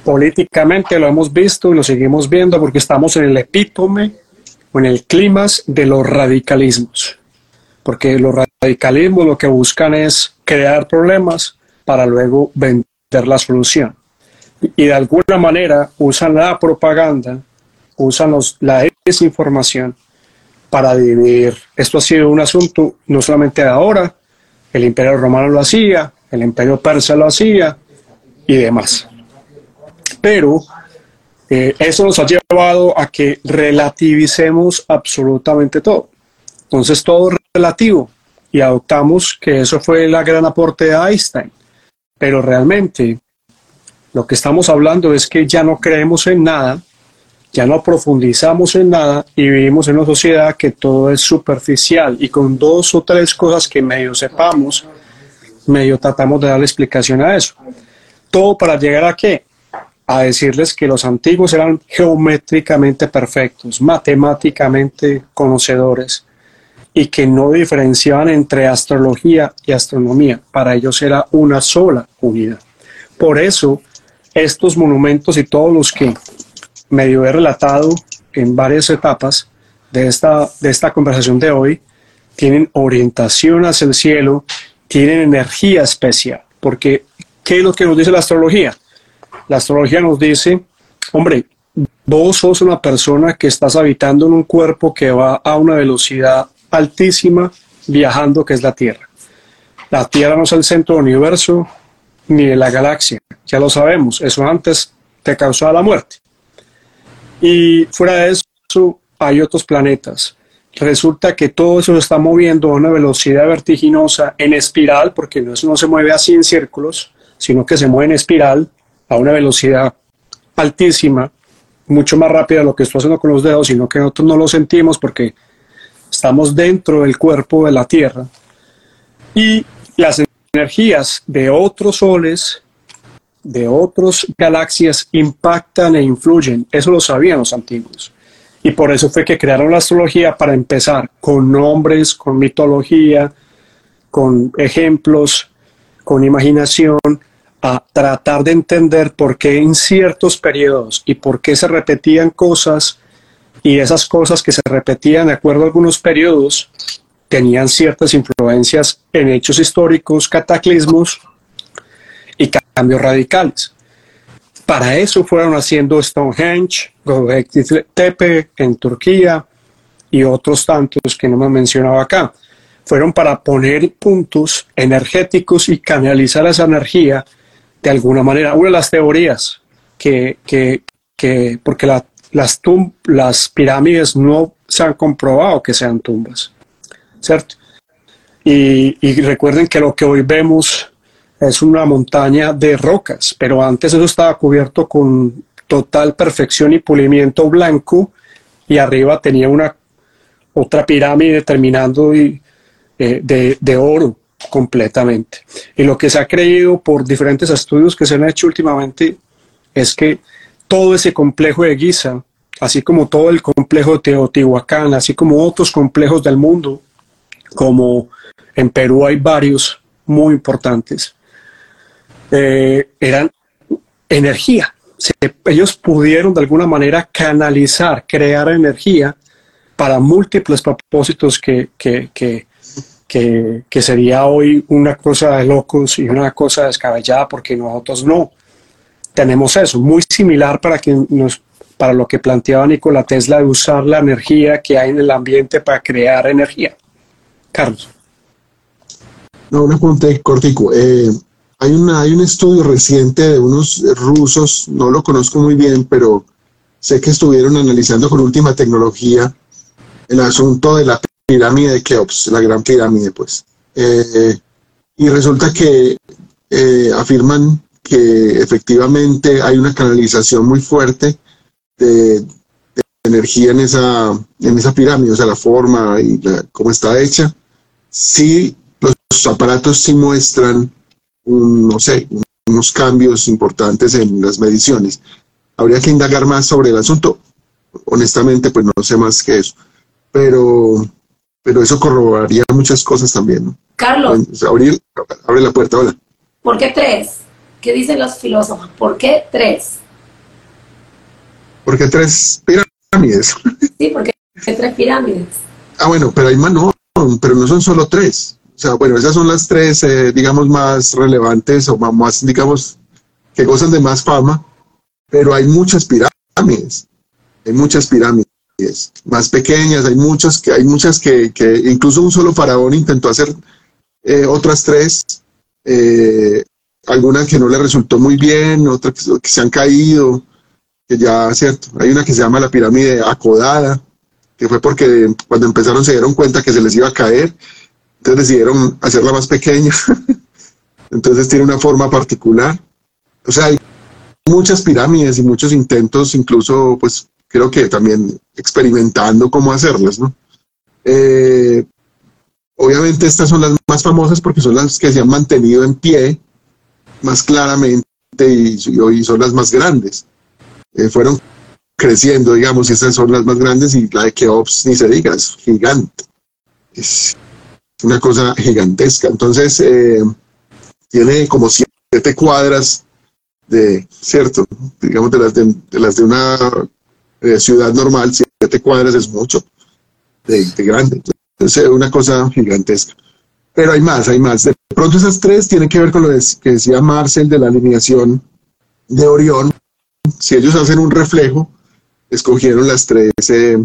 políticamente lo hemos visto y lo seguimos viendo porque estamos en el epítome o en el clímax de los radicalismos. Porque los radicalismos lo que buscan es crear problemas para luego vender la solución. Y de alguna manera usan la propaganda, usan los, la desinformación para dividir. Esto ha sido un asunto no solamente de ahora, el Imperio Romano lo hacía, el Imperio Persa lo hacía y demás. Pero eh, eso nos ha llevado a que relativicemos absolutamente todo. Entonces todo es relativo y adoptamos que eso fue el gran aporte de Einstein. Pero realmente lo que estamos hablando es que ya no creemos en nada, ya no profundizamos en nada y vivimos en una sociedad que todo es superficial y con dos o tres cosas que medio sepamos, medio tratamos de darle explicación a eso. Todo para llegar a qué? A decirles que los antiguos eran geométricamente perfectos, matemáticamente conocedores y que no diferenciaban entre astrología y astronomía. Para ellos era una sola unidad. Por eso, estos monumentos y todos los que medio he relatado en varias etapas de esta, de esta conversación de hoy, tienen orientación hacia el cielo, tienen energía especial. Porque, ¿qué es lo que nos dice la astrología? La astrología nos dice, hombre, vos sos una persona que estás habitando en un cuerpo que va a una velocidad altísima viajando, que es la Tierra. La Tierra no es el centro del universo ni de la galaxia, ya lo sabemos, eso antes te causaba la muerte. Y fuera de eso hay otros planetas. Resulta que todo eso se está moviendo a una velocidad vertiginosa en espiral, porque eso no se mueve así en círculos, sino que se mueve en espiral a una velocidad altísima, mucho más rápida de lo que estoy haciendo con los dedos, sino que nosotros no lo sentimos porque estamos dentro del cuerpo de la Tierra. Y las energías de otros soles, de otras galaxias, impactan e influyen. Eso lo sabían los antiguos. Y por eso fue que crearon la astrología, para empezar con nombres, con mitología, con ejemplos, con imaginación, a tratar de entender por qué en ciertos periodos y por qué se repetían cosas, y esas cosas que se repetían de acuerdo a algunos periodos tenían ciertas influencias en hechos históricos, cataclismos y cambios radicales. Para eso fueron haciendo Stonehenge, Göbekli Tepe en Turquía y otros tantos que no me mencionaba acá. Fueron para poner puntos energéticos y canalizar esa energía de alguna manera. Una de las teorías que, que, que porque la, las, tum, las pirámides no se han comprobado que sean tumbas, ¿cierto? Y, y recuerden que lo que hoy vemos es una montaña de rocas, pero antes eso estaba cubierto con total perfección y pulimiento blanco, y arriba tenía una otra pirámide terminando y, eh, de, de oro completamente. Y lo que se ha creído por diferentes estudios que se han hecho últimamente es que todo ese complejo de Giza, así como todo el complejo de Teotihuacán, así como otros complejos del mundo, como en Perú hay varios muy importantes, eh, eran energía. Se, ellos pudieron de alguna manera canalizar, crear energía para múltiples propósitos que, que, que, que, que sería hoy una cosa de locos y una cosa descabellada, porque nosotros no tenemos eso. Muy similar para, que nos, para lo que planteaba Nikola Tesla, de usar la energía que hay en el ambiente para crear energía. Carlos. No, un apunte cortico. Eh, hay, una, hay un estudio reciente de unos rusos, no lo conozco muy bien, pero sé que estuvieron analizando con última tecnología el asunto de la pirámide de Keops, la gran pirámide, pues. Eh, y resulta que eh, afirman que efectivamente hay una canalización muy fuerte de, de energía en esa, en esa pirámide, o sea, la forma y la, cómo está hecha. Sí, los aparatos sí muestran, un, no sé, unos cambios importantes en las mediciones. Habría que indagar más sobre el asunto. Honestamente, pues no sé más que eso. Pero, pero eso corroboraría muchas cosas también, ¿no? Carlos. O sea, abrir, abre la puerta, hola. ¿Por qué tres? ¿Qué dicen los filósofos? ¿Por qué tres? ¿Por qué tres pirámides? Sí, porque hay tres pirámides. Ah, bueno, pero hay más, no, pero no son solo tres. O sea, bueno, esas son las tres, eh, digamos, más relevantes o más, digamos, que gozan de más fama, pero hay muchas pirámides, hay muchas pirámides más pequeñas, hay muchas que, hay muchas que, que incluso un solo faraón intentó hacer eh, otras tres, eh, algunas que no le resultó muy bien, otras que, que se han caído, que ya, cierto, hay una que se llama la pirámide acodada, que fue porque cuando empezaron se dieron cuenta que se les iba a caer, entonces decidieron hacerla más pequeña, entonces tiene una forma particular. O sea, hay muchas pirámides y muchos intentos, incluso, pues, creo que también experimentando cómo hacerlas, ¿no? Eh, obviamente estas son las más famosas porque son las que se han mantenido en pie más claramente y, y hoy son las más grandes. Eh, fueron creciendo, digamos, y estas son las más grandes, y la de Keops ni se diga, es gigante. Es una cosa gigantesca. Entonces, eh, tiene como siete cuadras de, cierto, digamos, de las de, de, las de una eh, ciudad normal, siete cuadras es mucho, de, de grande. Entonces, es una cosa gigantesca. Pero hay más, hay más. De pronto esas tres tienen que ver con lo que decía Marcel de la alineación de Orión. Si ellos hacen un reflejo, escogieron las tres eh,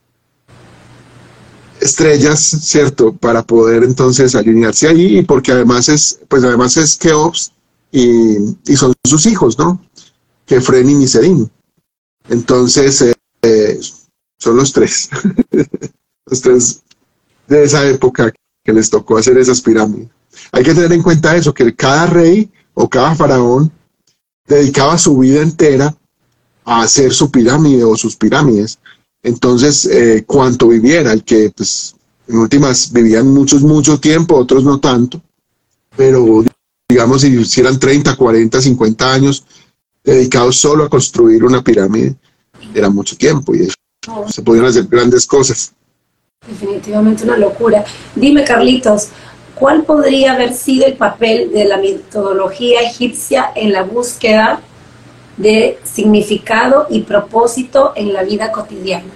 estrellas, ¿cierto? Para poder entonces alinearse allí, y porque además es, pues además es Keops y, y son sus hijos, ¿no? Kefren y Niserim. Entonces, eh, eh, son los tres. Los tres de esa época que les tocó hacer esas pirámides. Hay que tener en cuenta eso, que cada rey o cada faraón dedicaba su vida entera a hacer su pirámide o sus pirámides. Entonces, eh, cuanto viviera, el que, pues, en últimas vivían muchos, mucho tiempo, otros no tanto, pero, digamos, si hicieran treinta, cuarenta, cincuenta años dedicados solo a construir una pirámide, era mucho tiempo y eso, se podían hacer grandes cosas. Definitivamente una locura. Dime, Carlitos, ¿cuál podría haber sido el papel de la metodología egipcia en la búsqueda de significado y propósito en la vida cotidiana?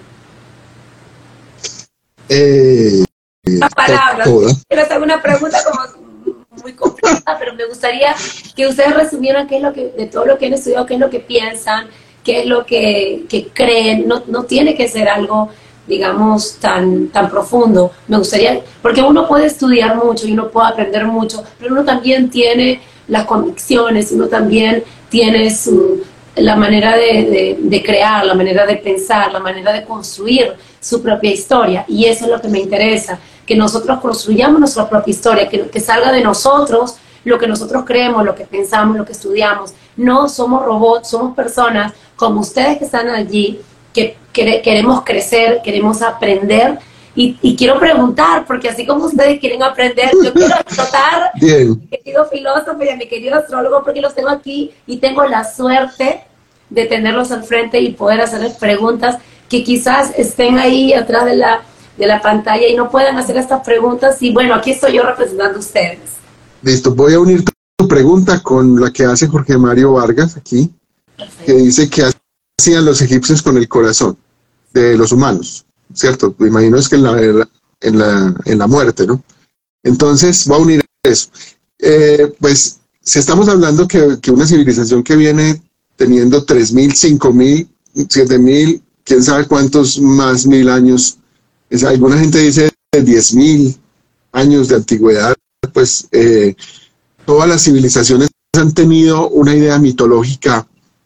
Eh, Una palabra. Quiero hacer una pregunta como muy compleja, pero me gustaría que ustedes resumieran qué es lo que, de todo lo que han estudiado, qué es lo que piensan, qué es lo que, que creen. No, no tiene que ser algo, digamos, tan, tan profundo. Me gustaría, porque uno puede estudiar mucho y uno puede aprender mucho, pero uno también tiene las convicciones, uno también tiene su, la manera de, de, de crear, la manera de pensar, la manera de construir su propia historia, y eso es lo que me interesa, que nosotros construyamos nuestra propia historia, que, que salga de nosotros lo que nosotros creemos, lo que pensamos, lo que estudiamos. No somos robots, somos personas como ustedes que están allí, que queremos crecer, queremos aprender, y, y quiero preguntar, porque así como ustedes quieren aprender, yo quiero explotar a mi querido filósofo y a mi querido astrólogo, porque los tengo aquí y tengo la suerte de tenerlos al frente y poder hacerles preguntas que quizás estén ahí atrás de la, de la pantalla y no puedan hacer estas preguntas, y bueno, aquí estoy yo representando a ustedes. Listo, voy a unir tu pregunta con la que hace Jorge Mario Vargas aquí. Perfecto. Que dice que hacían los egipcios con el corazón de los humanos, ¿cierto? Me imagino es que en la, en la, en la muerte, ¿no? Entonces, va a unir eso. Eh, pues, si estamos hablando que, que una civilización que viene teniendo tres mil, cinco mil, siete mil, quién sabe cuántos más mil años, es, alguna gente dice diez mil años de antigüedad, pues eh, todas las civilizaciones han tenido una idea mitológica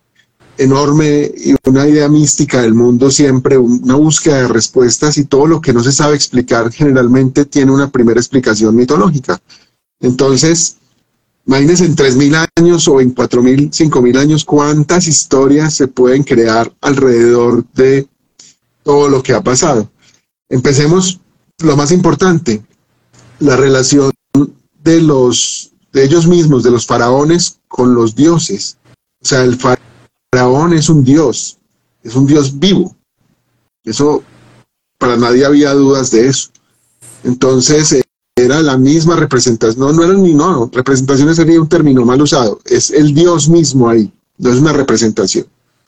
enorme y una idea mística del mundo siempre, una búsqueda de respuestas, y todo lo que no se sabe explicar generalmente tiene una primera explicación mitológica. Entonces, imagínense en tres mil años o en cuatro mil, cinco mil años, cuántas historias se pueden crear alrededor de todo lo que ha pasado. Empecemos, lo más importante, la relación de los de ellos mismos, de los faraones con los dioses. O sea, el faraón es un dios, es un dios vivo. Eso, para nadie había dudas de eso. Entonces, eh, era la misma representación, no, no era ni no, no, representación sería un término mal usado, es el dios mismo ahí, no es una representación.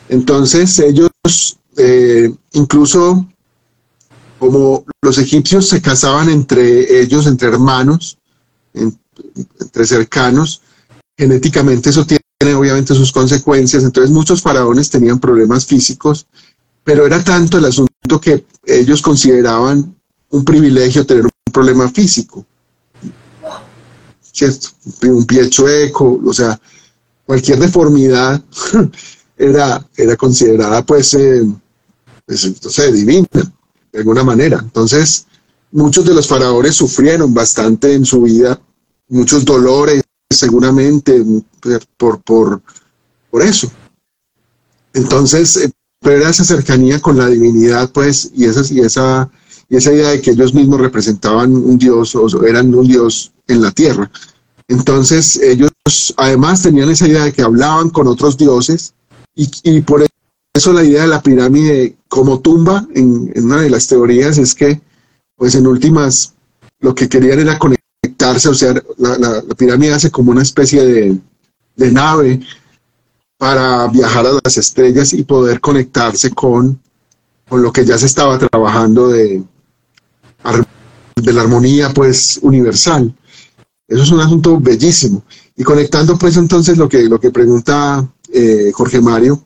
Entonces ellos, eh, incluso como los egipcios se casaban entre ellos, entre hermanos, en, entre cercanos, genéticamente eso tiene obviamente sus consecuencias. Entonces muchos faraones tenían problemas físicos, pero era tanto el asunto que ellos consideraban un privilegio tener un problema físico, ¿cierto? Un pie chueco, o sea, cualquier deformidad era, era considerada pues, eh, pues, no sé, divina, de alguna manera. Entonces, muchos de los faraones sufrieron bastante en su vida, muchos dolores seguramente por, por, por eso. Entonces, eh, pero era esa cercanía con la divinidad, pues, y esa, y esa, y esa idea de que ellos mismos representaban un dios, o eran un dios en la tierra. Entonces, ellos además tenían esa idea de que hablaban con otros dioses, y, y por eso la idea de la pirámide como tumba, en, en una de las teorías, es que, pues, en últimas, lo que querían era conectarse, o sea, la, la, la pirámide hace como una especie de, de nave para viajar a las estrellas y poder conectarse con, con lo que ya se estaba trabajando de, de la armonía, pues, universal. Eso es un asunto bellísimo. Y conectando, pues, entonces lo que, lo que pregunta eh, Jorge Mario,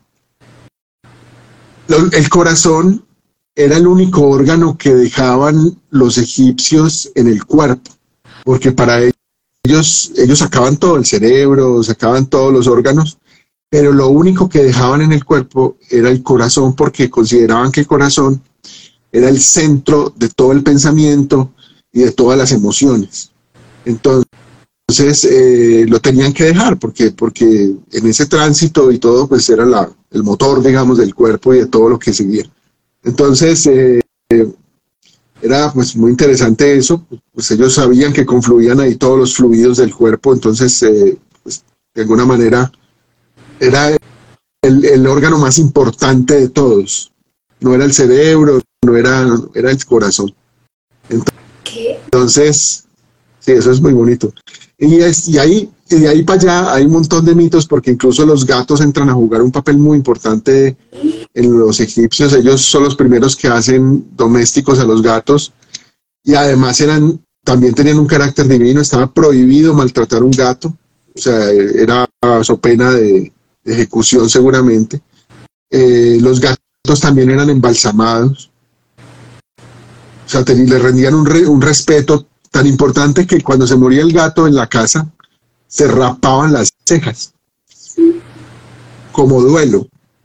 lo, el corazón era el único órgano que dejaban los egipcios en el cuerpo, porque para ellos, ellos sacaban todo, el cerebro, sacaban todos los órganos, pero lo único que dejaban en el cuerpo era el corazón, porque consideraban que el corazón era el centro de todo el pensamiento y de todas las emociones. Entonces eh, lo tenían que dejar, porque, porque en ese tránsito y todo, pues era la, el motor, digamos, del cuerpo y de todo lo que seguía. Entonces eh, eh, era pues muy interesante eso, pues ellos sabían que confluían ahí todos los fluidos del cuerpo, entonces eh, pues, de alguna manera era el, el órgano más importante de todos. No era el cerebro, no era, era el corazón. Entonces, sí, eso es muy bonito. Y, es, y, ahí, y de ahí para allá hay un montón de mitos, porque incluso los gatos entran a jugar un papel muy importante en los egipcios. Ellos son los primeros que hacen domésticos a los gatos, y además eran, también tenían un carácter divino. Estaba prohibido maltratar un gato, o sea, era so pena de de ejecución seguramente. Eh, los gatos también eran embalsamados, o sea, te, le rendían un, re, un respeto tan importante que cuando se moría el gato en la casa, se rapaban las cejas, como duelo,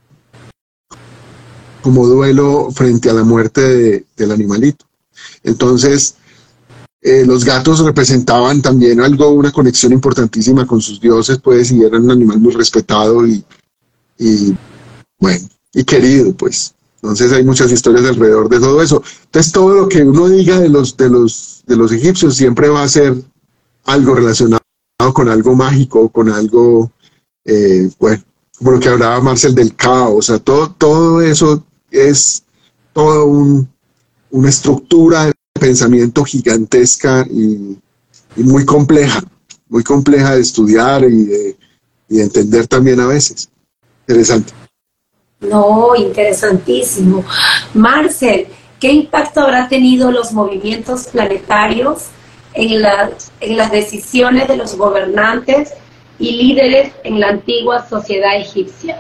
como duelo frente a la muerte de, del animalito. Entonces, Eh, los gatos representaban también algo, una conexión importantísima con sus dioses, pues, y eran un animal muy respetado y, y bueno, y querido, pues. Entonces hay muchas historias alrededor de todo eso. Entonces todo lo que uno diga de los, de los, de los egipcios siempre va a ser algo relacionado con algo mágico, con algo, eh, bueno, como lo que hablaba Marcel del caos. O sea, todo, todo eso es todo un, una estructura de pensamiento gigantesca y, y muy compleja, muy compleja de estudiar y de, y de entender también a veces. Interesante. No, interesantísimo. Marcel, ¿qué impacto habrá tenido los movimientos planetarios en, la, en las decisiones de los gobernantes y líderes en la antigua sociedad egipcia?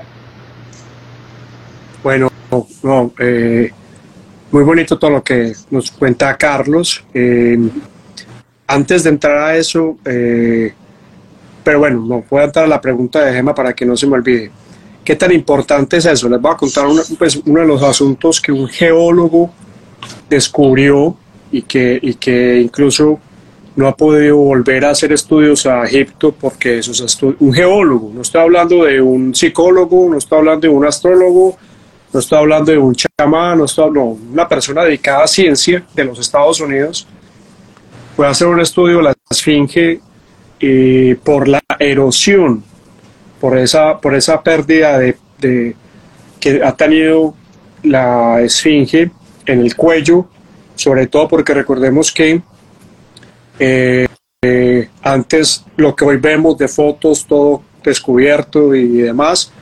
Bueno, no, eh, muy bonito todo lo que nos cuenta Carlos. Eh, antes de entrar a eso, eh, pero bueno, no voy a entrar a la pregunta de Gemma para que no se me olvide. ¿Qué tan importante es eso? Les voy a contar una, pues, uno de los asuntos que un geólogo descubrió y que, y que incluso no ha podido volver a hacer estudios a Egipto porque esos estudios, un geólogo, no estoy hablando de un psicólogo, no estoy hablando de un astrólogo, no estoy hablando de un chamán, no estoy no, una persona dedicada a ciencia de los Estados Unidos, fue a hacer un estudio de la esfinge eh, por la erosión, por esa, por esa pérdida de, de, que ha tenido la esfinge en el cuello, sobre todo porque recordemos que eh, eh, antes lo que hoy vemos de fotos, todo descubierto y demás,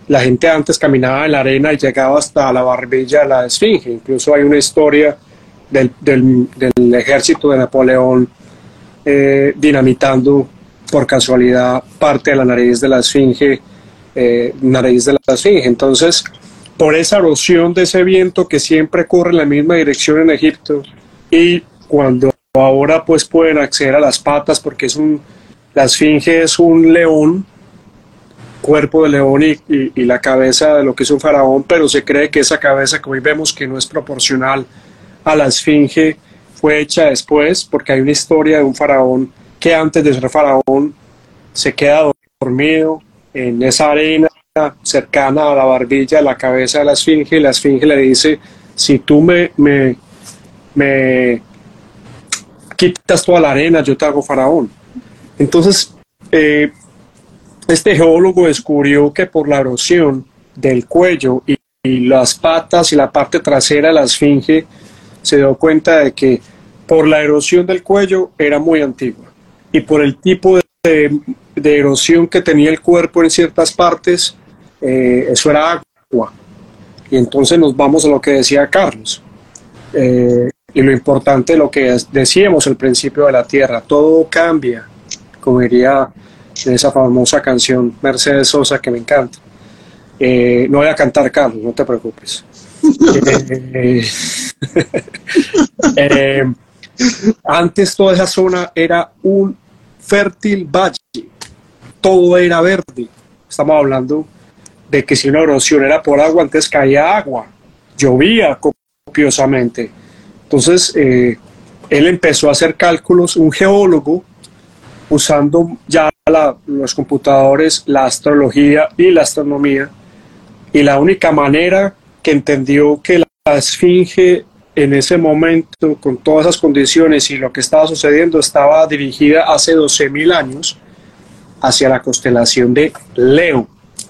la gente antes caminaba en la arena y llegaba hasta la barbilla de la esfinge. Incluso hay una historia del, del, del ejército de Napoleón eh, dinamitando por casualidad parte de la nariz de la esfinge, eh, nariz de la esfinge. Entonces, por esa erosión de ese viento que siempre corre en la misma dirección en Egipto, y cuando ahora pues pueden acceder a las patas, porque es un, la esfinge es un león, cuerpo de león y, y, y la cabeza de lo que es un faraón, pero se cree que esa cabeza, como hoy vemos que no es proporcional a la esfinge, fue hecha después, porque hay una historia de un faraón que antes de ser faraón se queda dormido en esa arena cercana a la barbilla de la cabeza de la esfinge, y la esfinge le dice: si tú me, me, me quitas toda la arena, yo te hago faraón. Entonces, eh, este geólogo descubrió que por la erosión del cuello y, y las patas y la parte trasera de la esfinge, se dio cuenta de que por la erosión del cuello era muy antigua, y por el tipo de, de, de erosión que tenía el cuerpo en ciertas partes, eh, eso era agua. Y entonces nos vamos a lo que decía Carlos, eh, y lo importante de lo que decíamos al principio de la Tierra: todo cambia, como diría en esa famosa canción Mercedes Sosa que me encanta. Eh, no voy a cantar, Carlos, no te preocupes. eh, eh, antes toda esa zona era un fértil valle, todo era verde. Estamos hablando de que si una erosión era por agua, antes caía agua, llovía copiosamente. Entonces eh, él empezó a hacer cálculos, un geólogo, usando ya la, los computadores, la astrología y la astronomía, y la única manera que entendió que la esfinge en ese momento, con todas esas condiciones y lo que estaba sucediendo, estaba dirigida hace doce mil años hacia la constelación de Leo.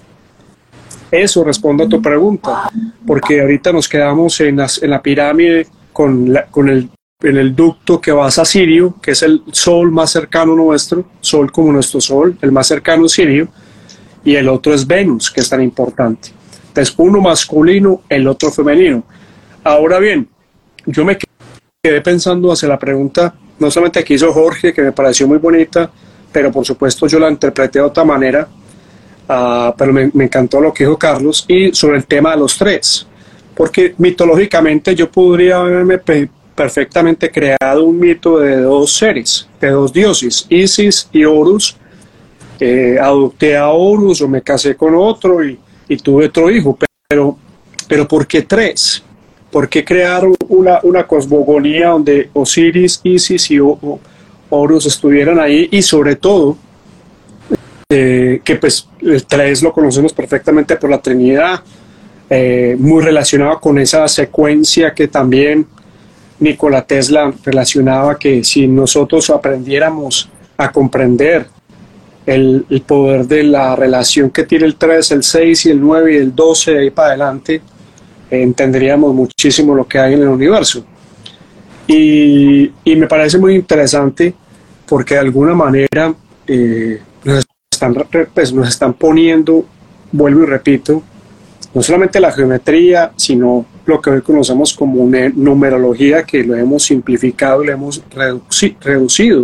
Eso responde a tu pregunta, porque ahorita nos quedamos en, las, en la pirámide con, la, con el, en el ducto que va hacia Sirio, que es el sol más cercano nuestro, sol como nuestro sol, el más cercano es Sirio, y el otro es Venus, que es tan importante. Entonces, uno masculino, el otro femenino. Ahora bien, yo me quedé pensando hacia la pregunta, no solamente que hizo Jorge, que me pareció muy bonita, pero por supuesto yo la interpreté de otra manera, uh, pero me, me encantó lo que dijo Carlos, y sobre el tema de los tres, porque mitológicamente yo podría haberme pe perfectamente creado un mito de dos seres, de dos dioses, Isis y Horus. Eh, adopté a Horus o me casé con otro y, y tuve otro hijo, pero, pero ¿por qué tres? ¿Por qué crear una, una cosmogonía donde Osiris, Isis y Horus estuvieran ahí? Y sobre todo, eh, que pues el tres lo conocemos perfectamente por la Trinidad, eh, muy relacionado con esa secuencia que también Nikola Tesla relacionaba, que si nosotros aprendiéramos a comprender el, el poder de la relación que tiene el tres, el seis y el nueve y el doce, de ahí para adelante, eh, entenderíamos muchísimo lo que hay en el universo. Y, y me parece muy interesante porque de alguna manera eh, nos, están, pues, nos están poniendo, vuelvo y repito, no solamente la geometría, sino lo que hoy conocemos como una numerología, que lo hemos simplificado y lo hemos reduci reducido.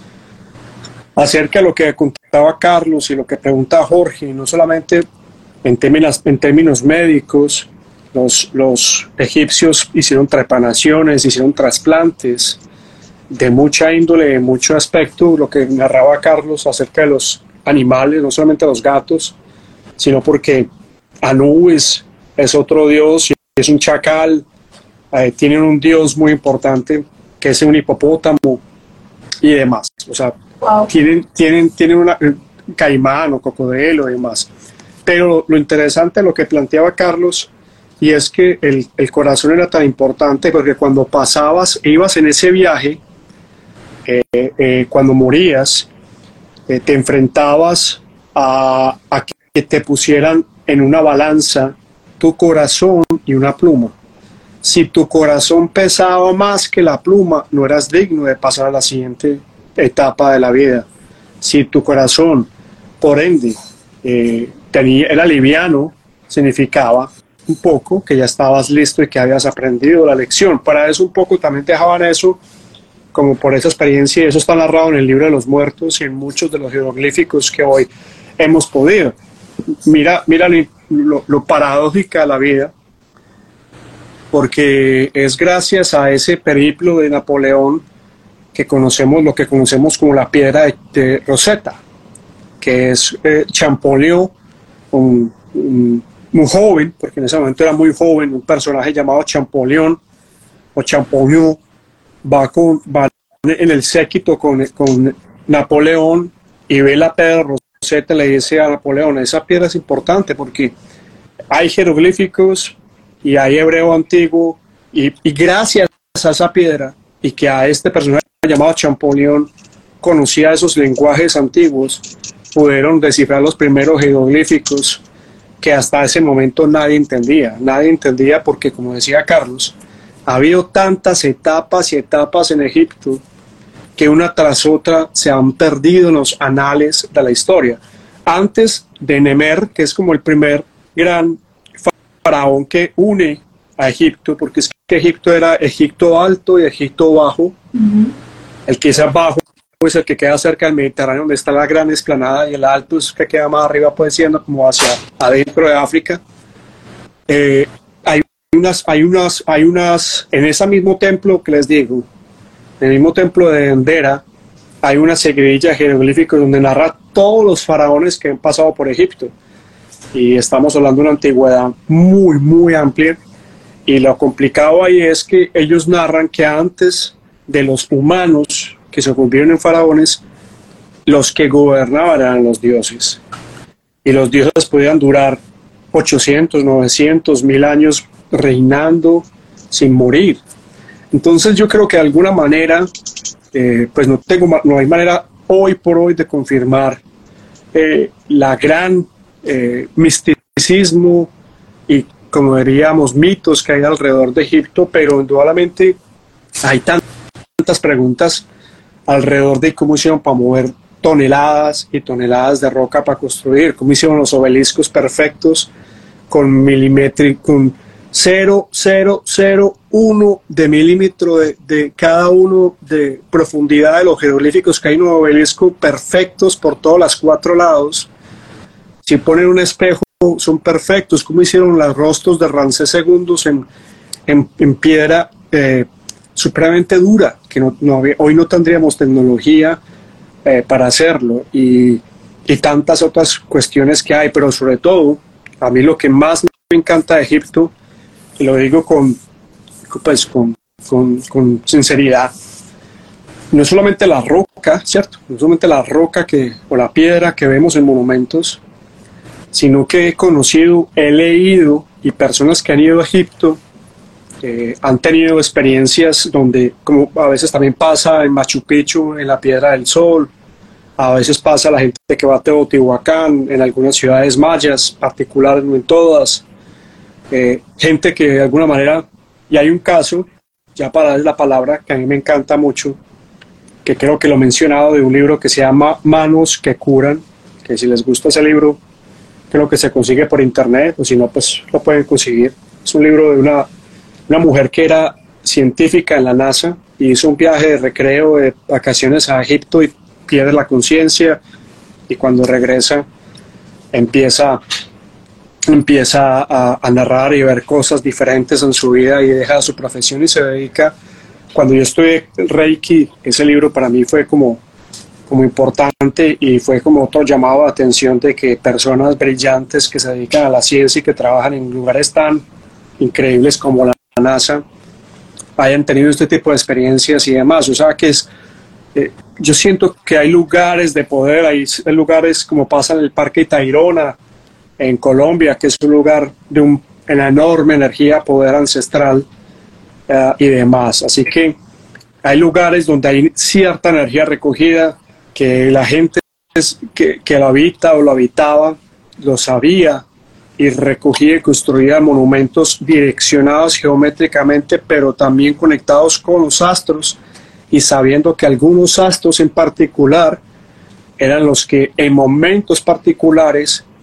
Acerca de lo que contaba Carlos y lo que pregunta Jorge, no solamente en términos, en términos médicos, los, los egipcios hicieron trepanaciones, hicieron trasplantes de mucha índole, de mucho aspecto, lo que narraba Carlos acerca de los animales, no solamente los gatos, sino porque Anubis es otro dios, es un chacal, eh, tienen un dios muy importante que es un hipopótamo y demás, o sea, wow. tienen, tienen, tienen una un caimán o cocodrilo y demás. Pero lo interesante, lo que planteaba Carlos, y es que el, el corazón era tan importante porque cuando pasabas, ibas en ese viaje, eh, eh, cuando morías, eh, te enfrentabas a, a que te pusieran en una balanza tu corazón y una pluma. Si tu corazón pesaba más que la pluma, no eras digno de pasar a la siguiente etapa de la vida. Si tu corazón, por ende, eh, tenía, era liviano, significaba un poco que ya estabas listo y que habías aprendido la lección. Para eso un poco también te dejaban eso, como por esa experiencia, y eso está narrado en el libro de los muertos y en muchos de los jeroglíficos que hoy hemos podido. Mira, mira lo, lo paradójica de la vida, porque es gracias a ese periplo de Napoleón que conocemos lo que conocemos como la piedra de, de Rosetta, que es eh, Champollion, un, un, un joven, porque en ese momento era muy joven, un personaje llamado Champollion o Champollion, va, con, va en el séquito con, con Napoleón y ve la piedra de Rosetta y le dice a Napoleón, esa piedra es importante porque hay jeroglíficos y hay hebreo antiguo, y, y gracias a esa piedra y que a este personaje llamado Champollion conocía esos lenguajes antiguos, pudieron descifrar los primeros jeroglíficos que hasta ese momento nadie entendía. Nadie entendía porque, como decía Carlos, ha habido tantas etapas y etapas en Egipto que una tras otra se han perdido en los anales de la historia. Antes de Nemer, que es como el primer gran faraón que une a Egipto, porque es que Egipto era Egipto alto y Egipto bajo. Uh-huh. El que es abajo es el que queda cerca del Mediterráneo, donde está la gran explanada, y el alto es el que queda más arriba, pues siendo como hacia adentro de África. Eh, hay unas, hay unas, hay unas, en ese mismo templo que les digo, en el mismo templo de Dendera, hay una seguidilla de jeroglíficos donde narra todos los faraones que han pasado por Egipto. Y estamos hablando de una antigüedad muy, muy amplia. Y lo complicado ahí es que ellos narran que antes de los humanos que se convirtieron en faraones, los que gobernaban eran los dioses. Y los dioses podían durar ochocientos, novecientos, mil años reinando sin morir. Entonces yo creo que de alguna manera, eh, pues no, tengo, no hay manera hoy por hoy de confirmar eh, la gran eh, misticismo y, como diríamos, mitos que hay alrededor de Egipto, pero indudablemente hay tantas preguntas alrededor de cómo hicieron para mover toneladas y toneladas de roca para construir, cómo hicieron los obeliscos perfectos con milimétrico, con cero coma cero cero uno de milímetro de, de cada uno de profundidad de los jeroglíficos que hay en un obelisco, perfectos por todos los cuatro lados. Si ponen un espejo, son perfectos. Como hicieron los rostros de Ramsés segundo en, en, en piedra eh, supremamente dura, que no, no había, hoy no tendríamos tecnología eh, para hacerlo, y, y tantas otras cuestiones que hay, pero sobre todo, a mí lo que más me encanta de Egipto, y lo digo con, pues, con, con, con sinceridad, no es solamente la roca, ¿cierto? No es solamente la roca que, o la piedra que vemos en monumentos, sino que he conocido, he leído, y personas que han ido a Egipto eh, han tenido experiencias donde, como a veces también pasa en Machu Picchu, en la Piedra del Sol, a veces pasa la gente que va a Teotihuacán, en algunas ciudades mayas, particularmente no en todas, eh, gente que de alguna manera, y hay un caso, ya para dar la palabra, que a mí me encanta mucho, que creo que lo he mencionado, de un libro que se llama Manos que Curan, que si les gusta ese libro, creo que se consigue por internet, o si no, pues lo pueden conseguir. Es un libro de una, una mujer que era científica en la NASA y hizo un viaje de recreo, de vacaciones a Egipto, y pierde la conciencia, y cuando regresa empieza, empieza a, a narrar y ver cosas diferentes en su vida, y deja su profesión y se dedica. Cuando yo estudié Reiki, ese libro para mí fue como como importante, y fue como otro llamado de atención de que personas brillantes que se dedican a la ciencia y que trabajan en lugares tan increíbles como la NASA hayan tenido este tipo de experiencias y demás. O sea que es, eh, yo siento que hay lugares de poder, hay lugares como pasa en el Parque Tayrona en Colombia, que es un lugar de un, una enorme energía, poder ancestral uh, y demás. Así que hay lugares donde hay cierta energía recogida, que la gente que, que lo habita o lo habitaba lo sabía, y recogía y construía monumentos direccionados geométricamente, pero también conectados con los astros, y sabiendo que algunos astros en particular eran los que en momentos particulares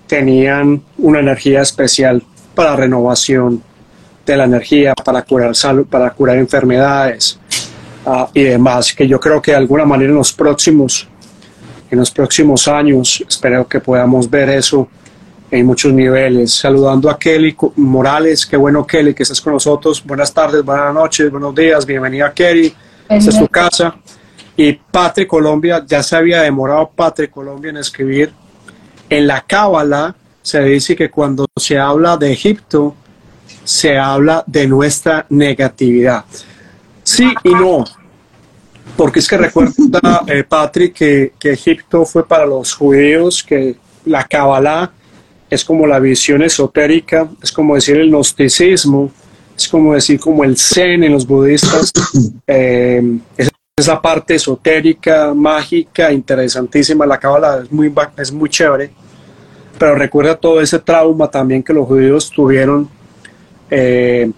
tenían una energía especial para renovación de la energía, para curar salud, para curar enfermedades uh, y demás, que yo creo que de alguna manera en los próximos, en los próximos años, espero que podamos ver eso en muchos niveles. Saludando a Kelly Morales, qué bueno Kelly que estás con nosotros, buenas tardes, buenas noches, buenos días, bienvenida Kelly, esta es tu casa. Y Patrick Colombia, ya se había demorado Patrick Colombia en escribir, en la Cábala se dice que cuando se habla de Egipto, se habla de nuestra negatividad. Sí y no, porque es que recuerda, eh, Patrick, que, que Egipto fue para los judíos, que la Cábala es como la visión esotérica, es como decir el gnosticismo, es como decir como el zen en los budistas, eh, es esa parte esotérica, mágica, interesantísima. La Cábala es muy, es muy chévere, pero recuerda todo ese trauma también que los judíos tuvieron Eh,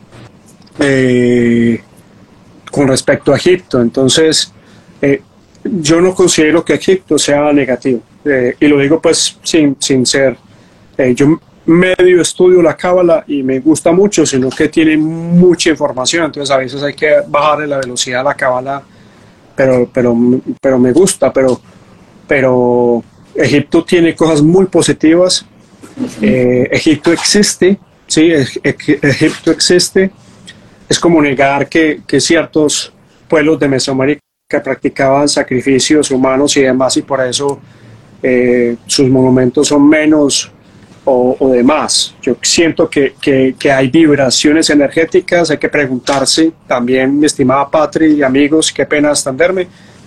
eh, con respecto a Egipto. Entonces eh, yo no considero que Egipto sea negativo, eh, y lo digo pues sin, sin ser eh, yo medio estudio la Cábala y me gusta mucho, sino que tiene mucha información, entonces a veces hay que bajarle la velocidad a la Cábala, pero, pero, pero me gusta, pero, pero Egipto tiene cosas muy positivas. eh, Egipto existe. Sí, Egipto existe. Es como negar que, que ciertos pueblos de Mesoamérica practicaban sacrificios humanos y demás, y por eso eh, sus monumentos son menos o, o demás. Yo siento que, que, que hay vibraciones energéticas, hay que preguntarse también, mi estimada Patri y amigos, qué pena extenderme,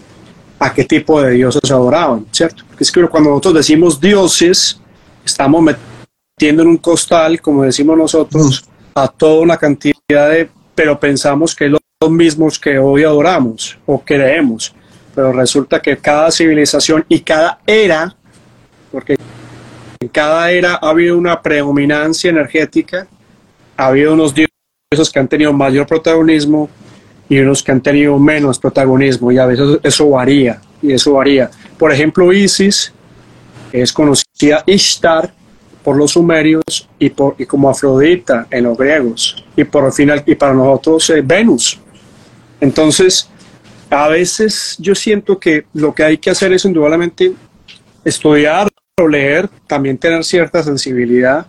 a qué tipo de dioses adoraban, ¿cierto? Porque es que cuando nosotros decimos dioses, estamos metiendo metiendo en un costal, como decimos nosotros, a toda una cantidad de, pero pensamos que es los mismos que hoy adoramos o creemos, pero resulta que cada civilización y cada era, porque en cada era ha habido una predominancia energética, ha habido unos dioses que han tenido mayor protagonismo y unos que han tenido menos protagonismo, y a veces eso varía, y eso varía. Por ejemplo, Isis es conocida Ishtar por los sumerios y, por, y como Afrodita en los griegos, y por el final, y para nosotros eh, Venus. Entonces, a veces yo siento que lo que hay que hacer es indudablemente estudiar o leer, también tener cierta sensibilidad,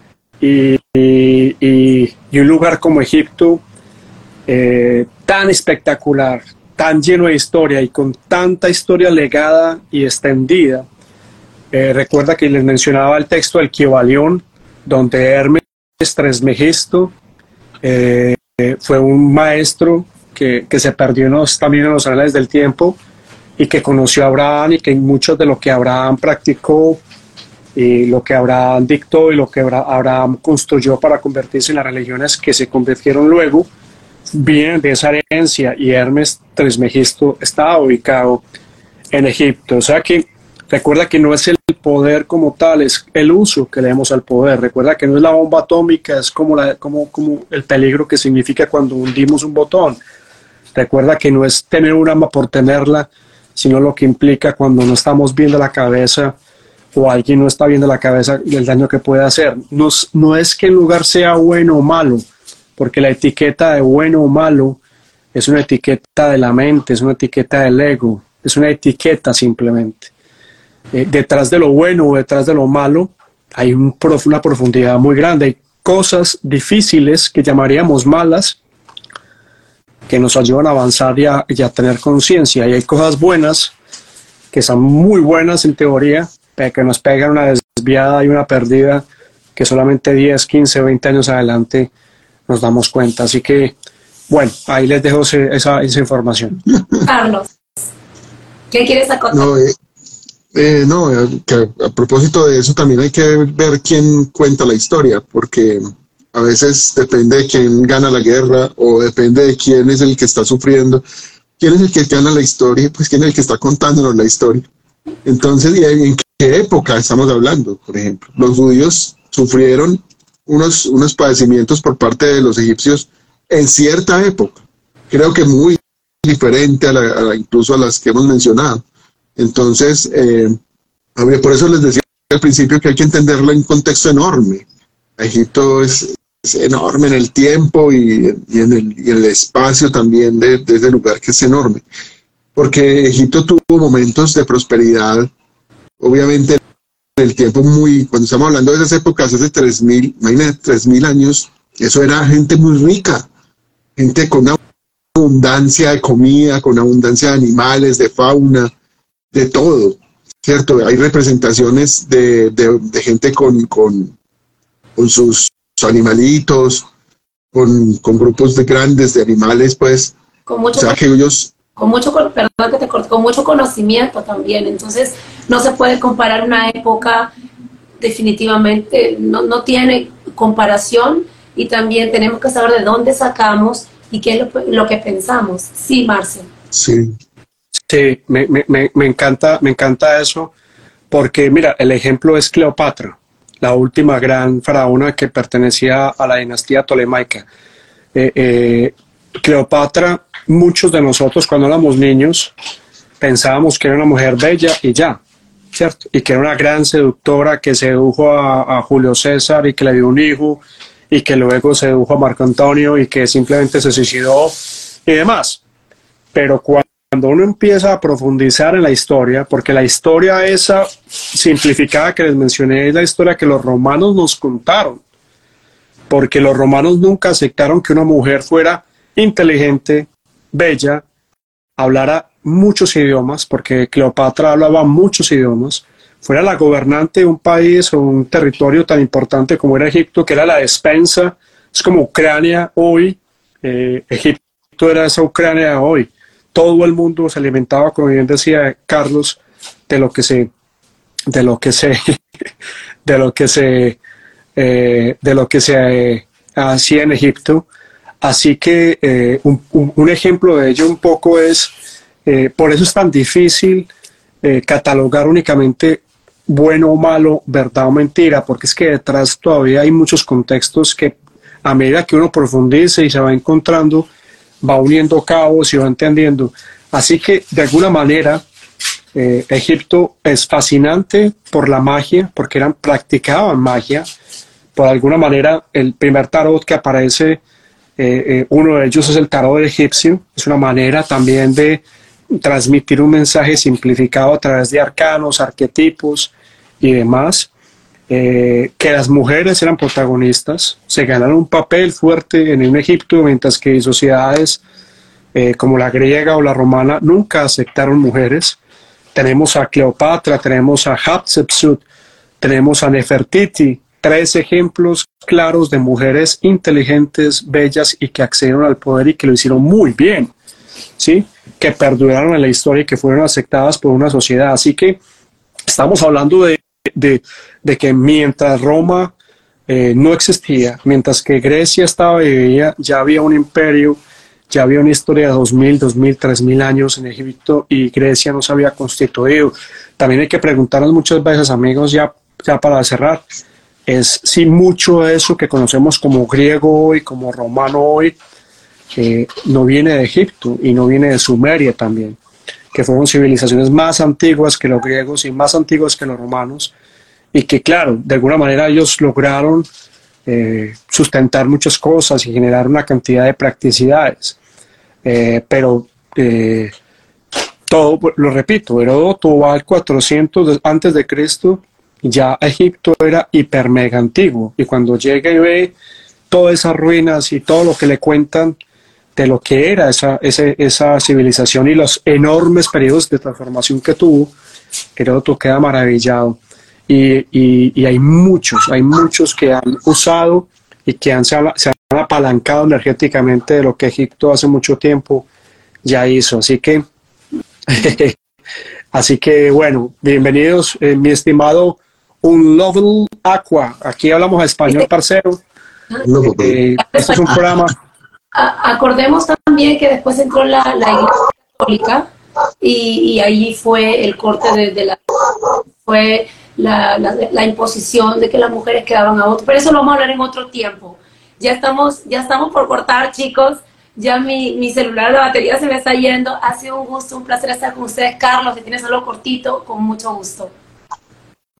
y, y, y, y un lugar como Egipto, eh, tan espectacular, tan lleno de historia y con tanta historia legada y extendida. Eh, recuerda que les mencionaba el texto del Kybalión, donde Hermes Trismegisto eh, fue un maestro que, que se perdió en los, también en los anales del tiempo, y que conoció a Abraham, y que mucho de lo que Abraham practicó y lo que Abraham dictó y lo que Abraham construyó para convertirse en las religiones que se convirtieron luego vienen de esa herencia, y Hermes Trismegisto estaba ubicado en Egipto. O sea que recuerda que no es el poder como tal, es el uso que le damos al poder. Recuerda que no es la bomba atómica, es como, la, como, como el peligro que significa cuando hundimos un botón. Recuerda que no es tener una arma por tenerla, sino lo que implica cuando no estamos viendo la cabeza, o alguien no está viendo la cabeza, y el daño que puede hacer. No, no es que el lugar sea bueno o malo, porque la etiqueta de bueno o malo es una etiqueta de la mente, es una etiqueta del ego, es una etiqueta simplemente. Eh, detrás de lo bueno o detrás de lo malo hay un prof, una profundidad muy grande. Hay cosas difíciles que llamaríamos malas, que nos ayudan a avanzar y a, y a tener conciencia, y hay cosas buenas que son muy buenas en teoría, pero que nos pegan una desviada y una perdida que solamente diez, quince, veinte años adelante nos damos cuenta. Así que, bueno, ahí les dejo esa, esa información. Carlos, ¿qué quieres acotar? No, eh, eh, no que a, a propósito de eso también hay que ver quién cuenta la historia, porque a veces depende de quién gana la guerra, o depende de quién es el que está sufriendo, quién es el que gana la historia, pues quién es el que está contándonos la historia. Entonces, ¿y en qué época estamos hablando? Por ejemplo, los judíos sufrieron unos, unos padecimientos por parte de los egipcios en cierta época, creo que muy diferente a la, a la, incluso a las que hemos mencionado. Entonces, eh, por eso les decía al principio que hay que entenderlo en un contexto enorme. Egipto es, es enorme en el tiempo y, y, en el, y en el espacio también de, de ese lugar que es enorme. Porque Egipto tuvo momentos de prosperidad, obviamente en el tiempo muy, cuando estamos hablando de esas épocas, hace tres mil, imagínate, tres mil años, eso era gente muy rica, gente con una abundancia de comida, con abundancia de animales, de fauna, de todo, ¿cierto? Hay representaciones de, de, de gente con, con, con sus, sus animalitos, con, con grupos de grandes de animales, pues, Con mucho o sea, que ellos... con mucho, perdón que te corte, con mucho conocimiento también. Entonces, no se puede comparar una época, definitivamente, no, no tiene comparación, y también tenemos que saber de dónde sacamos y qué es lo, lo que pensamos. Sí, Marcel. Sí. Sí, me, me, me, encanta, me encanta eso, porque mira, el ejemplo es Cleopatra, la última gran faraona que pertenecía a la dinastía tolemaica. Eh, eh, Cleopatra, muchos de nosotros cuando éramos niños pensábamos que era una mujer bella y ya, ¿cierto? Y que era una gran seductora que sedujo a, a Julio César y que le dio un hijo y que luego sedujo a Marco Antonio y que simplemente se suicidó y demás. Pero cuando Cuando uno empieza a profundizar en la historia, porque la historia esa simplificada que les mencioné es la historia que los romanos nos contaron, porque los romanos nunca aceptaron que una mujer fuera inteligente, bella, hablara muchos idiomas, porque Cleopatra hablaba muchos idiomas, fuera la gobernante de un país o un territorio tan importante como era Egipto, que era la despensa, es como Ucrania hoy, eh, Egipto era esa Ucrania de hoy. Todo el mundo se alimentaba, como bien decía Carlos, de lo que se, de lo que se, de lo que se, eh, de lo que se eh, hacía en Egipto. Así que eh, un, un, un ejemplo de ello un poco es, eh, por eso es tan difícil eh, catalogar únicamente bueno o malo, verdad o mentira, porque es que detrás todavía hay muchos contextos que a medida que uno profundice y se va encontrando, va uniendo cabos y va entendiendo. Así que, de alguna manera, eh, Egipto es fascinante por la magia, porque eran, practicaban magia. Por alguna manera, el primer tarot que aparece, eh, eh, uno de ellos es el tarot egipcio. Es una manera también de transmitir un mensaje simplificado a través de arcanos, arquetipos y demás. Eh, que las mujeres eran protagonistas, se ganaron un papel fuerte en un Egipto, mientras que sociedades eh, como la griega o la romana nunca aceptaron mujeres. Tenemos a Cleopatra, tenemos a Hatshepsut, tenemos a Nefertiti, tres ejemplos claros de mujeres inteligentes, bellas y que accedieron al poder y que lo hicieron muy bien, ¿sí? Que perduraron en la historia y que fueron aceptadas por una sociedad. Así que estamos hablando de De, de que mientras Roma eh, no existía, mientras que Grecia estaba vivía, ya había un imperio, ya había una historia de dos mil, dos mil, tres mil años en Egipto y Grecia no se había constituido. También hay que preguntarnos muchas veces, amigos, ya, ya para cerrar, es si mucho de eso que conocemos como griego hoy, como romano hoy, eh, no viene de Egipto y no viene de Sumeria también, que fueron civilizaciones más antiguas que los griegos y más antiguas que los romanos, y que claro, de alguna manera ellos lograron eh, sustentar muchas cosas y generar una cantidad de practicidades. Eh, pero eh, todo, lo repito, Heródoto va al cuatrocientos antes de Cristo, ya Egipto era hiper mega antiguo, y cuando llega y ve todas esas ruinas y todo lo que le cuentan de lo que era esa, esa, esa civilización y los enormes periodos de transformación que tuvo, Heródoto queda maravillado. Y, y, y hay muchos, hay muchos que han usado y que han, se, han, se han apalancado energéticamente de lo que Egipto hace mucho tiempo ya hizo. Así que, así que bueno, bienvenidos, eh, mi estimado Unlovable Aqua. Aquí hablamos español, parcero. Eh, este es un programa. Acordemos también que después entró la, la Iglesia Católica y, y ahí fue el corte de, de la fue la, la, la imposición de que las mujeres quedaban a otro, pero eso lo vamos a hablar en otro tiempo. Ya estamos, ya estamos por cortar, chicos. Ya mi, mi celular, la batería se me está yendo. Ha sido un gusto, un placer estar con ustedes. Carlos, que tienes algo cortito, con mucho gusto.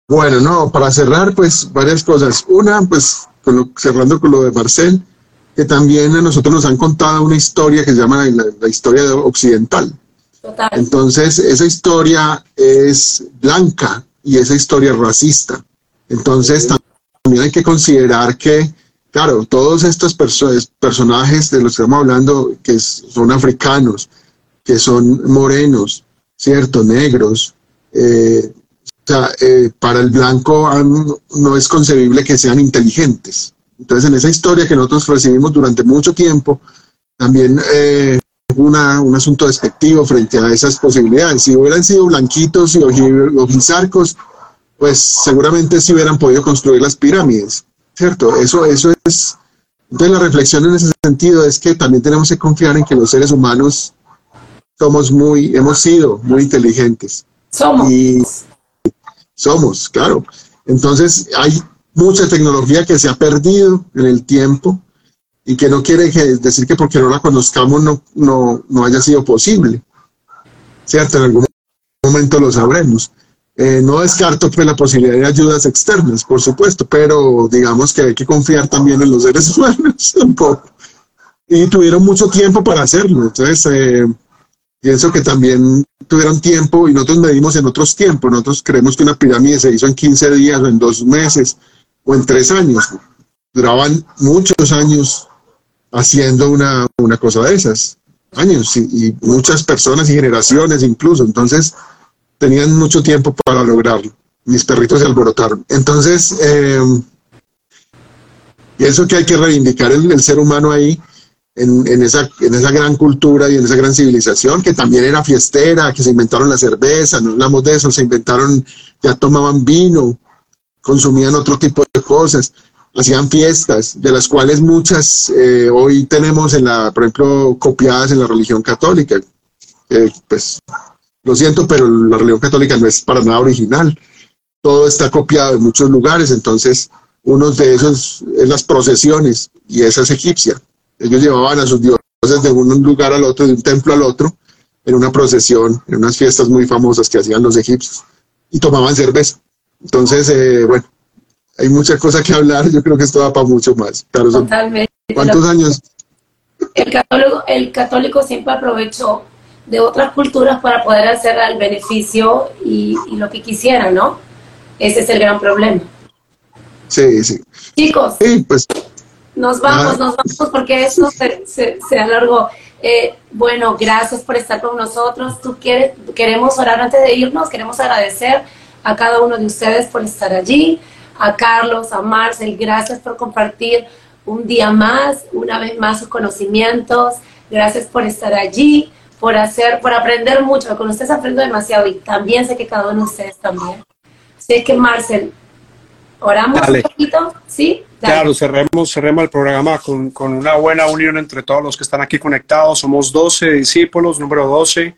Bueno, no, para cerrar, pues varias cosas. Una, pues con lo, cerrando con lo de Marcel, que también a nosotros nos han contado una historia que se llama la, la historia occidental. Total. Entonces, esa historia es blanca y esa historia es racista. Entonces, también hay que considerar que, claro, todos estos perso personajes de los que estamos hablando, que son africanos, que son morenos, ¿cierto? Negros, eh, o sea, eh, para el blanco no es concebible que sean inteligentes. Entonces, en esa historia que nosotros recibimos durante mucho tiempo, también eh, una, un asunto despectivo frente a esas posibilidades. Si hubieran sido blanquitos y ojizarcos, pues seguramente sí hubieran podido construir las pirámides, ¿cierto? Eso, eso es... Entonces, la reflexión en ese sentido es que también tenemos que confiar en que los seres humanos somos muy, hemos sido muy inteligentes. Somos. Y somos, claro. Entonces, hay mucha tecnología que se ha perdido en el tiempo y que no quiere que decir que porque no la conozcamos no, no, no haya sido posible. ¿Cierto? En algún momento lo sabremos. Eh, no descarto pues, la posibilidad de ayudas externas, por supuesto, pero digamos que hay que confiar también en los seres humanos un poco. Y tuvieron mucho tiempo para hacerlo. Entonces, eh, pienso que también tuvieron tiempo y nosotros medimos en otros tiempos. Nosotros creemos que una pirámide se hizo en quince días o en dos meses o en tres años. Duraban muchos años haciendo una, una cosa de esas. Años y, y muchas personas y generaciones incluso. Entonces tenían mucho tiempo para lograrlo. Mis perritos se alborotaron. Entonces, eh, pienso que hay que reivindicar el, el ser humano ahí. En, en, esa, en esa gran cultura y en esa gran civilización, que también era fiestera, que se inventaron la cerveza, no hablamos de eso, se inventaron, ya tomaban vino, consumían otro tipo de cosas, hacían fiestas, de las cuales muchas eh, hoy tenemos, en la, por ejemplo, copiadas en la religión católica. Eh, pues, lo siento, pero la religión católica no es para nada original. Todo está copiado en muchos lugares, entonces, uno de esos es las procesiones, y esa es egipcia. Ellos llevaban a sus dioses de un lugar al otro, de un templo al otro, en una procesión, en unas fiestas muy famosas que hacían los egipcios, y tomaban cerveza. Entonces, eh, bueno, hay muchas cosas que hablar, yo creo que esto va para mucho más. Claro, son, Totalmente. ¿cuántos años? El católico, el católico siempre aprovechó de otras culturas para poder hacer el beneficio y, y lo que quisieran, ¿no? Ese es el gran problema. Sí, sí. Chicos. Sí, pues... Nos vamos, nos vamos porque esto se, se, se alargó. Eh, bueno, gracias por estar con nosotros. ¿Tú quieres, queremos orar antes de irnos? Queremos agradecer a cada uno de ustedes por estar allí. A Carlos, a Marcel, gracias por compartir un día más, una vez más sus conocimientos. Gracias por estar allí, por hacer, por aprender mucho. Con ustedes aprendo demasiado y también sé que cada uno de ustedes también. Sé que Marcel, oramos Dale. un poquito, ¿sí? Dale. Claro, cerremos, cerremos el programa con, con una buena unión entre todos los que están aquí conectados. Somos doce discípulos, número doce.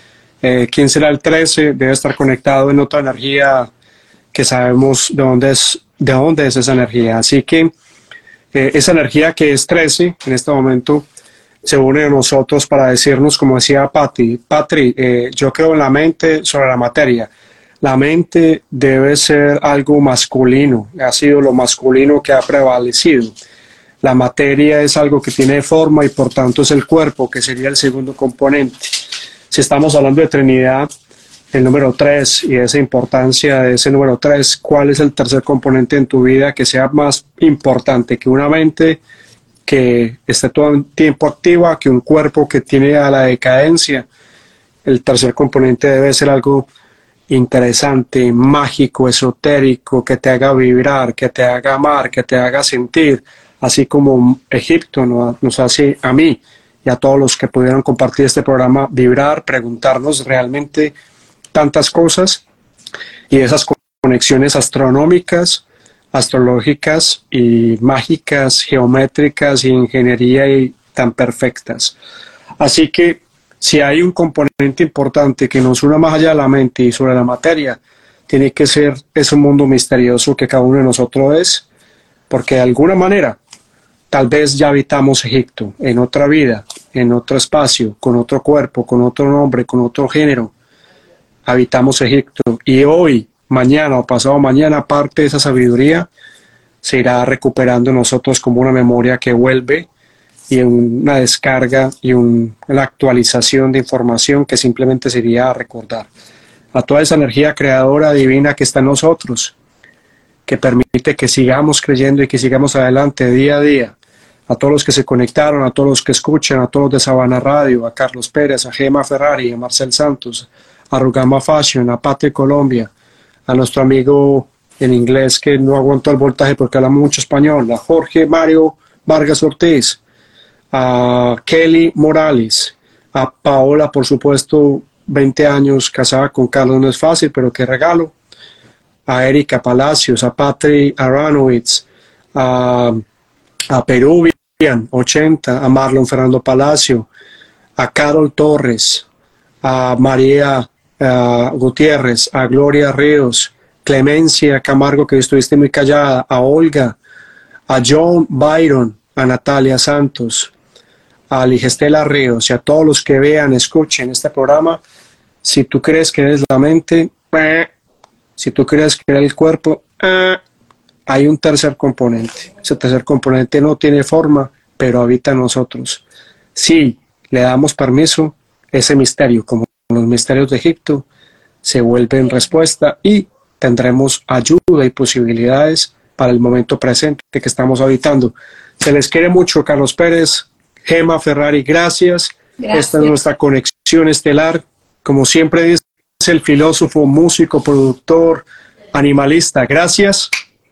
Eh, ¿Quién será el trece? Debe estar conectado en otra energía que sabemos de dónde es, de dónde es esa energía. Así que eh, esa energía que es trece en este momento se une a nosotros para decirnos, como decía Patri, Patri, eh, yo creo en la mente sobre la materia. La mente debe ser algo masculino, ha sido lo masculino que ha prevalecido. La materia es algo que tiene forma y por tanto es el cuerpo, que sería el segundo componente. Si estamos hablando de Trinidad, el número tres y esa importancia de ese número tres, ¿cuál es el tercer componente en tu vida que sea más importante que una mente que esté todo el tiempo activa, que un cuerpo que tiene a la decadencia? El tercer componente debe ser algo interesante, mágico, esotérico, que te haga vibrar, que te haga amar, que te haga sentir, así como Egipto nos hace a mí y a todos los que pudieron compartir este programa, vibrar, preguntarnos realmente tantas cosas y esas conexiones astronómicas, astrológicas y mágicas, geométricas y ingeniería y tan perfectas. Así que si hay un componente importante que nos una más allá de la mente y sobre la materia, tiene que ser ese mundo misterioso que cada uno de nosotros es, porque de alguna manera tal vez ya habitamos Egipto en otra vida, en otro espacio, con otro cuerpo, con otro nombre, con otro género. Habitamos Egipto y hoy mañana o pasado mañana, parte de esa sabiduría se irá recuperando en nosotros como una memoria que vuelve y una descarga y un, una actualización de información que simplemente sería a recordar. A toda esa energía creadora divina que está en nosotros, que permite que sigamos creyendo y que sigamos adelante día a día. A todos los que se conectaron, a todos los que escuchan, a todos los de Sabana Radio, a Carlos Pérez, a Gema Ferrari, a Marcel Santos, a Rugama Fashion, a Patria Colombia, a nuestro amigo en inglés que no aguantó el voltaje porque habla mucho español, a Jorge Mario Vargas Ortiz, a Kelly Morales, a Paola, por supuesto, veinte años casada con Carlos, no es fácil, pero qué regalo, a Erika Palacios, a Patri Aranowitz, a, a Peruvian, ochenta, a Marlon Fernando Palacio, a Carol Torres, a María a Gutiérrez, a Gloria Ríos, Clemencia Camargo, que estuviste muy callada, a Olga, a John Byron, a Natalia Santos, a Ligestela Ríos y a todos los que vean, escuchen este programa. Si tú crees que eres la mente, eh, si tú crees que eres el cuerpo, eh, hay un tercer componente. Ese tercer componente no tiene forma, pero habita en nosotros. Si le damos permiso, ese misterio, como los misterios de Egipto, se vuelve en respuesta y tendremos ayuda y posibilidades para el momento presente que estamos habitando. Se les quiere mucho, Carlos Pérez, Gema Ferrari, gracias. gracias. Esta es nuestra conexión estelar. Como siempre dice el filósofo, músico, productor, animalista, gracias.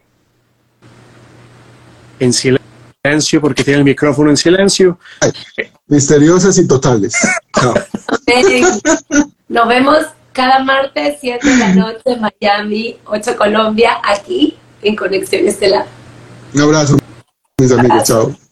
En silencio, porque tiene el micrófono en silencio. Ay, misteriosas y totales. No. Nos vemos cada martes, siete de la noche, Miami, ocho Colombia, aquí en Conexión Estelar. Un abrazo, mis amigos. Chao.